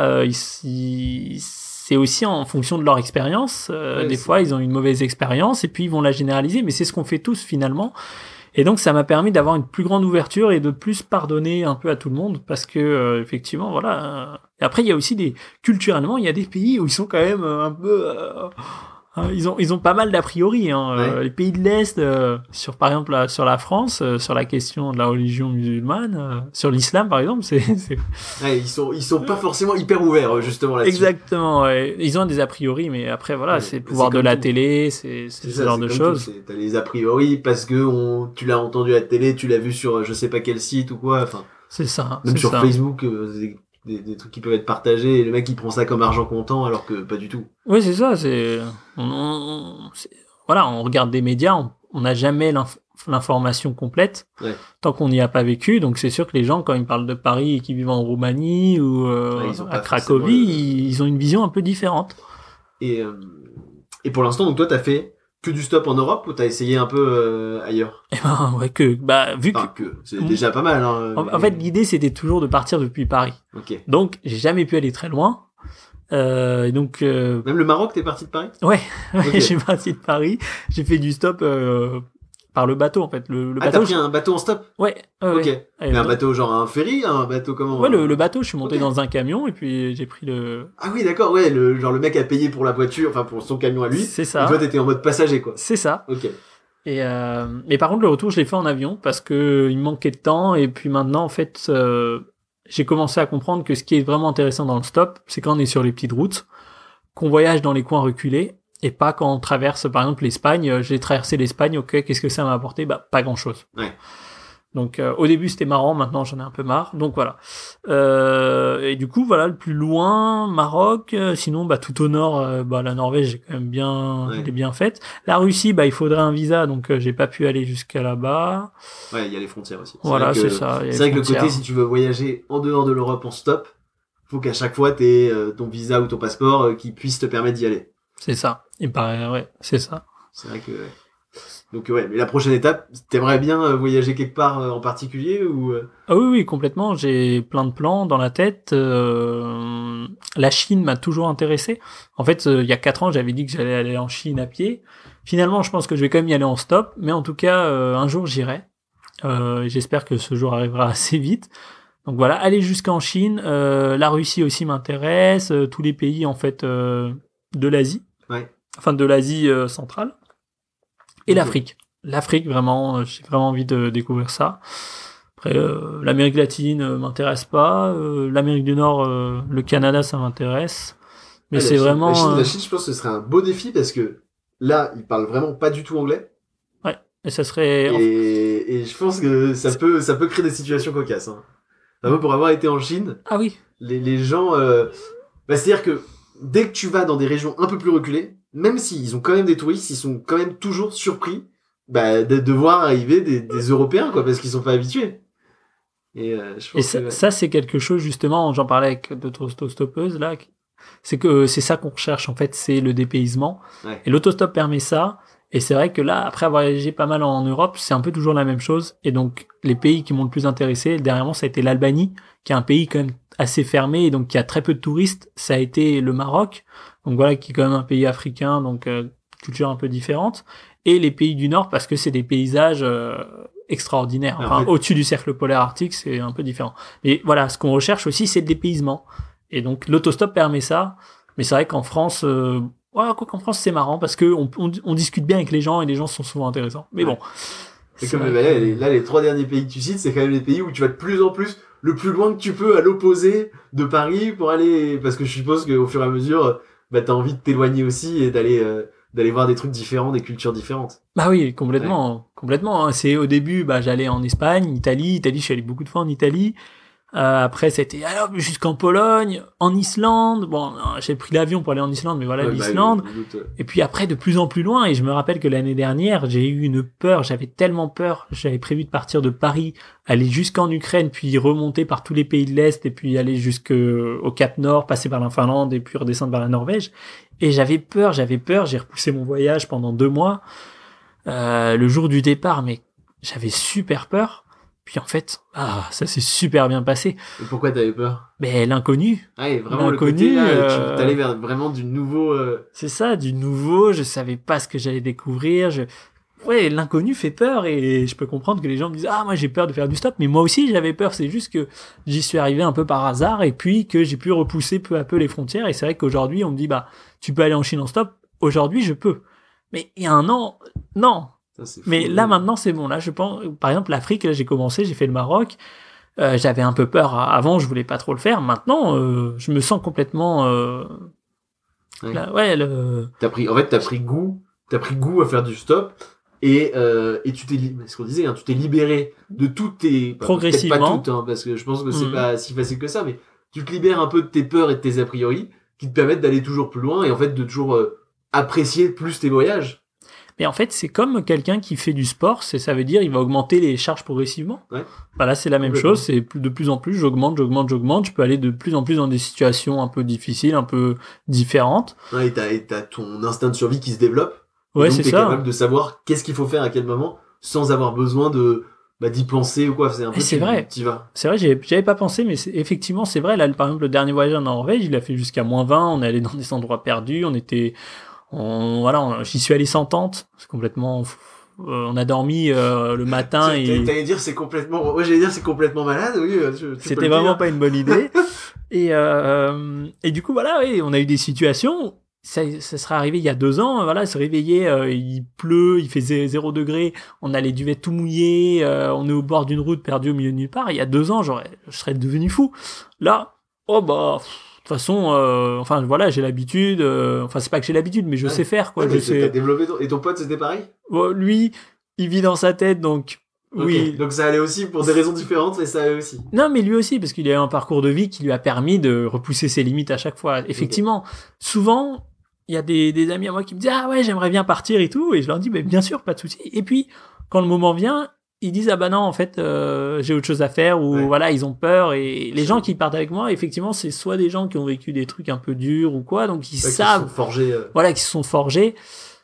S3: c'est aussi en fonction de leur expérience. Des fois, ils ont une mauvaise expérience et puis ils vont la généraliser, mais c'est ce qu'on fait tous finalement. Et donc, ça m'a permis d'avoir une plus grande ouverture et de plus pardonner un peu à tout le monde parce que, effectivement, voilà. Et après, il y a aussi culturellement, il y a des pays où ils sont quand même un peu... Ils ont pas mal d'a priori, les pays de l'Est, par exemple sur la France, sur la question de la religion musulmane, sur l'islam par exemple,
S2: Ouais, ils sont pas forcément hyper ouverts justement là-dessus.
S3: Exactement, ouais. Ils ont des a priori, mais après c'est le pouvoir de la télé, c'est ce genre de choses.
S2: T'as les a priori parce que tu l'as entendu à la télé, tu l'as vu sur je sais pas quel site ou quoi, enfin.
S3: C'est ça.
S2: Même sur Facebook. Des trucs qui peuvent être partagés et le mec il prend ça comme argent comptant alors que pas du tout.
S3: Oui, c'est ça, on regarde des médias, on n'a jamais l'information complète tant qu'on n'y a pas vécu, donc c'est sûr que les gens quand ils parlent de Paris et qu'ils vivent en Roumanie ou à Cracovie, ils ont une vision un peu différente.
S2: Et pour l'instant donc toi t'as fait que du stop en Europe ou t'as essayé un peu ailleurs?
S3: Vu
S2: que c'est déjà pas mal.
S3: En fait, l'idée c'était toujours de partir depuis Paris.
S2: Okay.
S3: Donc j'ai jamais pu aller très loin. Donc
S2: même le Maroc, t'es parti de Paris?
S3: Ouais, okay. Je suis parti de Paris. J'ai fait du stop par le bateau en fait. Le bateau.
S2: T'as pris un bateau en stop?
S3: Ouais.
S2: Ok. Mais un bateau genre un ferry, un bateau comment?
S3: Ouais, le bateau. Je suis monté dans un camion et puis j'ai pris le.
S2: Ah oui, d'accord. Ouais, le mec a payé pour la voiture, enfin pour son camion à lui.
S3: C'est ça.
S2: Et toi t'étais en mode passager quoi.
S3: C'est ça.
S2: Ok.
S3: Et mais par contre le retour je l'ai fait en avion parce que il me manquait de temps et puis maintenant en fait j'ai commencé à comprendre que ce qui est vraiment intéressant dans le stop, c'est quand on est sur les petites routes, qu'on voyage dans les coins reculés. Et pas quand on traverse, par exemple, l'Espagne. J'ai traversé l'Espagne, ok, qu'est-ce que ça m'a apporté? Pas grand-chose.
S2: Ouais.
S3: Donc, au début, c'était marrant, maintenant, j'en ai un peu marre. Donc, voilà. Et du coup, voilà, le plus loin, Maroc. Sinon, tout au nord, la Norvège, j'ai quand même bien faite. La Russie, il faudrait un visa, donc j'ai pas pu aller jusqu'à là-bas.
S2: Ouais, il y a les frontières aussi.
S3: Voilà, c'est ça.
S2: C'est vrai que le côté, si tu veux voyager en dehors de l'Europe en stop, faut qu'à chaque fois, t'aies ton visa ou ton passeport qui puisse te permettre d'y aller.
S3: C'est ça. Il paraît, ouais, c'est ça.
S2: C'est vrai que, Donc, mais la prochaine étape, t'aimerais bien voyager quelque part en particulier ou?
S3: Ah oui, complètement. J'ai plein de plans dans la tête. La Chine m'a toujours intéressé. En fait, il y a 4 ans, j'avais dit que j'allais aller en Chine à pied. Finalement, je pense que je vais quand même y aller en stop. Mais en tout cas, un jour, j'irai. J'espère que ce jour arrivera assez vite. Donc voilà, aller jusqu'en Chine. La Russie aussi m'intéresse. Tous les pays, en fait, de l'Asie.
S2: Ouais.
S3: Enfin, de l'Asie centrale. Et l'Afrique. L'Afrique, vraiment, j'ai vraiment envie de découvrir ça. Après, l'Amérique latine m'intéresse pas. L'Amérique du Nord, le Canada, ça m'intéresse. Mais c'est vraiment...
S2: La Chine, je pense que ce serait un beau défi parce que là, ils parlent vraiment pas du tout anglais.
S3: Ouais. Et ça serait...
S2: Et je pense que ça peut créer des situations cocasses. Hein. Enfin, pour avoir été en Chine...
S3: Ah oui.
S2: Les gens... c'est-à-dire que dès que tu vas dans des régions un peu plus reculées, même s'ils ont quand même des touristes, ils sont quand même toujours surpris de voir arriver des Européens, quoi, parce qu'ils sont pas habitués. Et je pense
S3: ça, c'est quelque chose, justement, j'en parlais avec d'autres autostoppeuses, là, c'est que c'est ça qu'on recherche, en fait, c'est le dépaysement.
S2: Ouais.
S3: Et l'autostop permet ça. Et c'est vrai que là, après avoir voyagé pas mal en Europe, c'est un peu toujours la même chose. Et donc, les pays qui m'ont le plus intéressé, dernièrement, ça a été l'Albanie, qui est un pays quand même assez fermé et donc qui a très peu de touristes, ça a été le Maroc. Donc voilà, qui est quand même un pays africain, donc culture un peu différente. Et les pays du Nord, parce que c'est des paysages extraordinaires. Enfin, au-dessus du cercle polaire arctique, c'est un peu différent. Et voilà, ce qu'on recherche aussi, c'est le dépaysement. Et donc l'autostop permet ça. Mais c'est vrai qu'en France, quoi qu'en France, c'est marrant parce que on discute bien avec les gens et les gens sont souvent intéressants. Mais bon.
S2: C'est comme là, les 3 derniers pays que tu cites, c'est quand même les pays où tu vas de plus en plus le plus loin que tu peux à l'opposé de Paris pour aller, parce que je suppose qu'au fur et à mesure, t'as envie de t'éloigner aussi et d'aller voir des trucs différents, des cultures différentes.
S3: Bah oui, complètement. C'est au début, j'allais en Espagne, Italie, je suis allé beaucoup de fois en Italie. Après, c'était jusqu'en Pologne, en Islande. Bon, j'ai pris l'avion pour aller en Islande, mais voilà, l'Islande. Et puis après, de plus en plus loin. Et je me rappelle que l'année dernière, j'ai eu une peur. J'avais tellement peur. J'avais prévu de partir de Paris, aller jusqu'en Ukraine, puis remonter par tous les pays de l'Est, et puis aller jusqu'au Cap Nord, passer par la Finlande, et puis redescendre vers la Norvège. Et j'avais peur. J'ai repoussé mon voyage pendant 2 mois. Le jour du départ, mais j'avais super peur. Puis en fait, ça s'est super bien passé.
S2: Et pourquoi t'avais peur?
S3: Mais l'inconnu.
S2: Ah, et vraiment l'inconnu, le côté là, tu t'allais vers vraiment du nouveau.
S3: C'est ça, du nouveau. Je savais pas ce que j'allais découvrir. Ouais, l'inconnu fait peur et je peux comprendre que les gens me disent moi j'ai peur de faire du stop, mais moi aussi j'avais peur. C'est juste que j'y suis arrivé un peu par hasard et puis que j'ai pu repousser peu à peu les frontières. Et c'est vrai qu'aujourd'hui on me dit tu peux aller en Chine en stop. Aujourd'hui je peux. Mais il y a un an, non.
S2: Ça,
S3: mais là maintenant c'est bon. Là je pense, par exemple l'Afrique, là j'ai fait le Maroc. J'avais un peu peur avant, je voulais pas trop le faire. Maintenant je me sens complètement.
S2: T'as pris goût à faire du stop et tu t'es, ce qu'on disait, tu t'es libéré de toutes tes
S3: progressivement.
S2: Pas toutes, parce que je pense que c'est pas si facile que ça, mais tu te libères un peu de tes peurs et de tes a priori qui te permettent d'aller toujours plus loin et en fait de toujours apprécier plus tes voyages.
S3: Mais en fait, c'est comme quelqu'un qui fait du sport, ça veut dire il va augmenter les charges progressivement.
S2: Ouais.
S3: Là, c'est la même chose, c'est de plus en plus, j'augmente, je peux aller de plus en plus dans des situations un peu difficiles, un peu différentes.
S2: Ouais, et t'as ton instinct de survie qui se développe.
S3: Ouais,
S2: donc
S3: c'est
S2: t'es
S3: ça.
S2: capable de savoir qu'est-ce qu'il faut faire à quel moment sans avoir besoin d'y penser ou quoi. C'est un peu
S3: vrai.
S2: T'y vas.
S3: C'est vrai, j'avais pas pensé, mais effectivement, c'est vrai. Là, par exemple, le dernier voyage en Norvège, il a fait jusqu'à -20, on est allé dans des endroits perdus, j'y suis allé sans tente, c'est complètement, on a dormi le matin et
S2: t'allais dire c'est complètement, j'allais dire c'est complètement malade, oui.
S3: C'était vraiment pas une bonne idée. et du coup on a eu des situations. Ça serait arrivé il y a 2 ans, se réveiller, il pleut, il fait 0 degré, on a les duvets tout mouillés, on est au bord d'une route perdu au milieu de nulle part. Il y a 2 ans, je serais devenu fou. Là, de toute façon, j'ai l'habitude. C'est pas que j'ai l'habitude, mais je sais faire, quoi.
S2: Je sais. T'as développé et ton pote, c'était pareil?
S3: Lui, il vit dans sa tête, donc.
S2: Okay.
S3: Oui.
S2: Donc ça allait aussi pour des raisons différentes, mais ça allait aussi.
S3: Non, mais lui aussi, parce qu'il a eu un parcours de vie qui lui a permis de repousser ses limites à chaque fois. Effectivement, souvent, il y a des amis à moi qui me disent j'aimerais bien partir et tout, et je leur dis bien sûr, pas de souci. Et puis, quand le moment vient, ils disent non, en fait j'ai autre chose à faire, ou ils ont peur. Et les gens qui partent avec moi, effectivement, c'est soit des gens qui ont vécu des trucs un peu durs ou quoi, donc ils savent,
S2: qui se sont forgés,
S3: qui se sont forgés.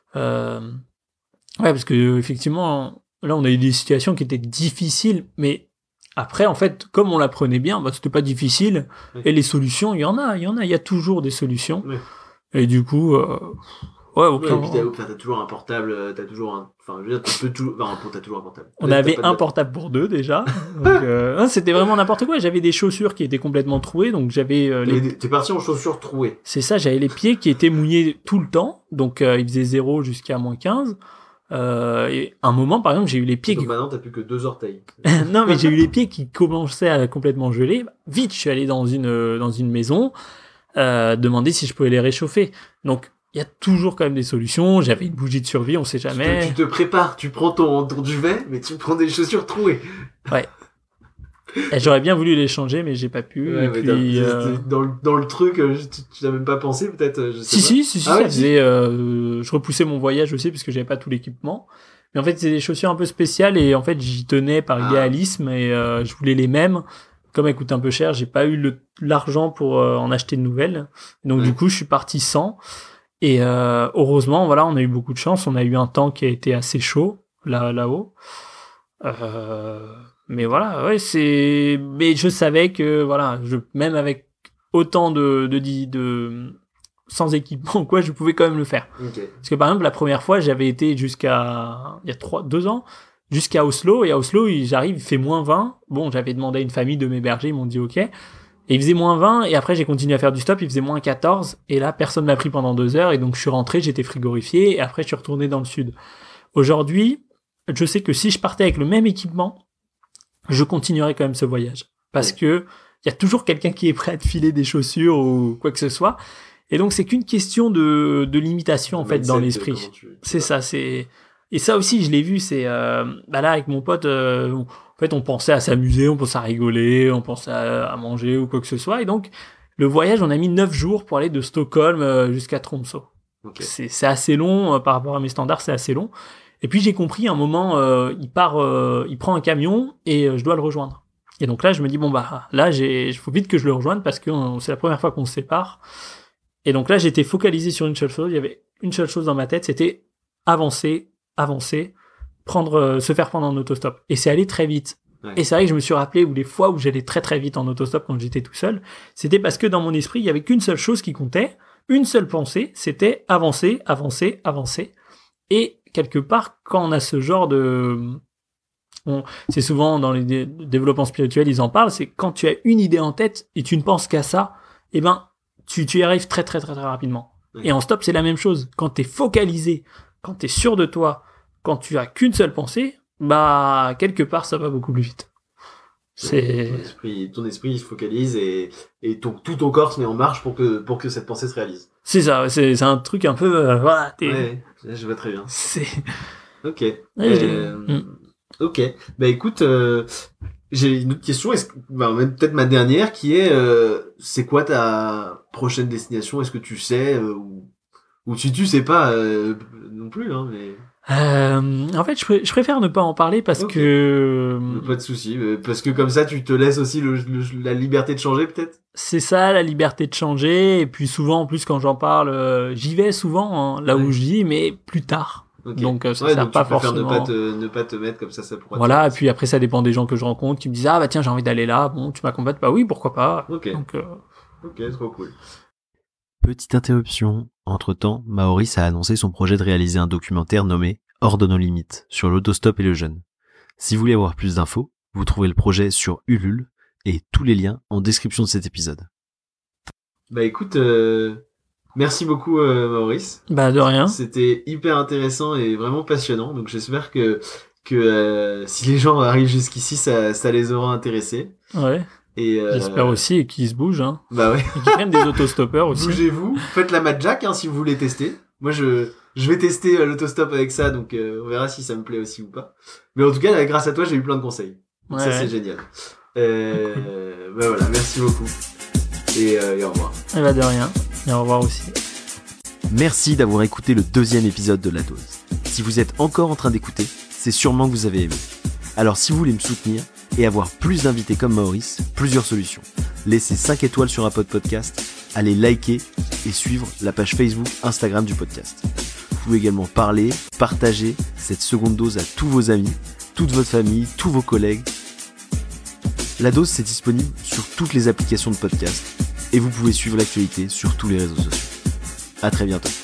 S3: Parce que effectivement, là on a eu des situations qui étaient difficiles, mais après en fait, comme on l'apprenait bien, c'était pas difficile. Et les solutions, il y a toujours des solutions. Et du coup
S2: et puis t'as toujours un portable, t'as toujours un portable.
S3: On avait un portable pour 2 déjà. Donc, c'était vraiment n'importe quoi. J'avais des chaussures qui étaient complètement trouées, donc j'avais
S2: T'es parti en chaussures trouées.
S3: C'est ça, j'avais les pieds qui étaient mouillés tout le temps, donc il faisait 0 jusqu'à -15. Et à un moment, par exemple, j'ai eu les pieds.
S2: Donc maintenant, t'as plus que 2 orteils.
S3: Non, mais j'ai eu les pieds qui commençaient à complètement geler. Vite, je suis allé dans une maison, demander si je pouvais les réchauffer. Donc il y a toujours quand même des solutions. J'avais une bougie de survie, on sait jamais.
S2: Tu te prépares, tu prends ton duvet, mais tu prends des chaussures trouées.
S3: Ouais. Et j'aurais bien voulu les changer, mais j'ai pas pu.
S2: Ouais,
S3: et puis,
S2: dans le truc, tu n'as même pas pensé, peut-être, je sais pas.
S3: Si, ça faisait, je repoussais mon voyage aussi, parce que j'avais pas tout l'équipement. Mais en fait, c'est des chaussures un peu spéciales, et en fait, j'y tenais par idéalisme, et je voulais les mêmes. Comme elles coûtent un peu cher, j'ai pas eu l'argent pour en acheter de nouvelles. Donc du coup, je suis parti sans. Et heureusement, on a eu beaucoup de chance. On a eu un temps qui a été assez chaud là-haut. Mais voilà, ouais, mais je savais que, voilà, même avec autant sans équipement, quoi, je pouvais quand même le faire.
S2: Okay.
S3: Parce que par exemple, la première fois, j'avais été il y a 2 ans, jusqu'à Oslo, et à Oslo, j'arrive, il fait -20. Bon, j'avais demandé à une famille de m'héberger, ils m'ont dit ok. Et il faisait -20, et après j'ai continué à faire du stop, il faisait -14, et là, personne m'a pris pendant 2 heures, et donc je suis rentré, j'étais frigorifié, et après je suis retourné dans le sud. Aujourd'hui, je sais que si je partais avec le même équipement, je continuerais quand même ce voyage. Parce que il y a toujours quelqu'un qui est prêt à te filer des chaussures ou quoi que ce soit. Et donc, c'est qu'une question de limitation, en fait, dans l'esprit. C'est ça, et ça aussi, je l'ai vu, c'est, là, avec mon pote, en fait, on pensait à s'amuser, on pensait à rigoler, on pensait à manger ou quoi que ce soit. Et donc, le voyage, on a mis 9 jours pour aller de Stockholm jusqu'à Tromsø. Okay. C'est assez long, par rapport à mes standards, c'est assez long. Et puis j'ai compris, à un moment, il prend un camion et je dois le rejoindre. Et donc là, je me dis, bon bah là, il faut vite que je le rejoigne parce que c'est la première fois qu'on se sépare. Et donc là, j'étais focalisé sur une seule chose. Il y avait une seule chose dans ma tête, c'était avancer, se faire prendre en autostop. Et c'est allé très vite. Ouais. Et c'est vrai que je me suis rappelé les fois où j'allais très très vite en autostop quand j'étais tout seul, c'était parce que dans mon esprit, il y avait qu'une seule chose qui comptait, une seule pensée, c'était avancer. Et quelque part, quand on a ce genre c'est souvent dans les développements spirituels, ils en parlent, c'est quand tu as une idée en tête et tu ne penses qu'à ça, eh ben, tu y arrives très très très très rapidement. Oui. Et en stop, c'est la même chose. Quand t'es focalisé, quand t'es sûr de toi, quand tu as qu'une seule pensée, bah, quelque part, ça va beaucoup plus vite.
S2: Ton esprit se focalise et tout ton corps se met en marche pour que cette pensée se réalise.
S3: C'est ça, c'est un truc un peu, voilà.
S2: Ouais, je vois très bien. Ok.
S3: Ouais,
S2: Ok. Bah écoute, j'ai une autre question, même peut-être ma dernière, qui est, c'est quoi ta prochaine destination? Est-ce que tu sais, ou si tu sais pas non plus, hein, mais.
S3: En fait, je préfère ne pas en parler parce que.
S2: Pas de souci, parce que comme ça, tu te laisses aussi la liberté de changer, peut-être.
S3: C'est ça, la liberté de changer. Et puis souvent, en plus, quand j'en parle, j'y vais souvent, hein, là où je dis, mais plus tard. Okay. Donc ça sert
S2: donc
S3: pas forcément.
S2: Ne pas te mettre comme ça pourra.
S3: Voilà, et puis après ça dépend des gens que je rencontre qui me disent bah tiens j'ai envie d'aller là, bon tu m'accompagnes, bah oui pourquoi pas.
S2: Ok.
S3: Donc,
S2: ok, trop cool.
S4: Petite interruption. Entre-temps, Maurice a annoncé son projet de réaliser un documentaire nommé Hors de nos limites sur l'autostop et le jeûne. Si vous voulez avoir plus d'infos, vous trouvez le projet sur Ulule et tous les liens en description de cet épisode.
S2: Bah écoute, merci beaucoup Maurice.
S3: Bah de rien.
S2: C'était hyper intéressant et vraiment passionnant. Donc j'espère que si les gens arrivent jusqu'ici, ça les aura intéressés.
S3: Ouais. Et j'espère aussi qu'ils se bougent, hein.
S2: Bah ouais.
S3: Et qu'ils prennent des autostoppeurs aussi.
S2: Bougez-vous, faites la Mad Jack si vous voulez tester. Moi je vais tester l'autostop avec ça, donc on verra si ça me plaît aussi ou pas. Mais en tout cas, grâce à toi, j'ai eu plein de conseils. Donc ça c'est génial. Cool. Bah voilà, merci beaucoup. Et au revoir.
S3: Et bah de rien. Et au revoir aussi.
S4: Merci d'avoir écouté le 2e épisode de La Dose. Si vous êtes encore en train d'écouter, c'est sûrement que vous avez aimé. Alors si vous voulez me soutenir et avoir plus d'invités comme Maurice, plusieurs solutions. Laissez 5 étoiles sur Apple Podcast, allez liker et suivre la page Facebook, Instagram du podcast. Vous pouvez également parler, partager cette seconde dose à tous vos amis, toute votre famille, tous vos collègues. La Dose, c'est disponible sur toutes les applications de podcast et vous pouvez suivre l'actualité sur tous les réseaux sociaux. À très bientôt.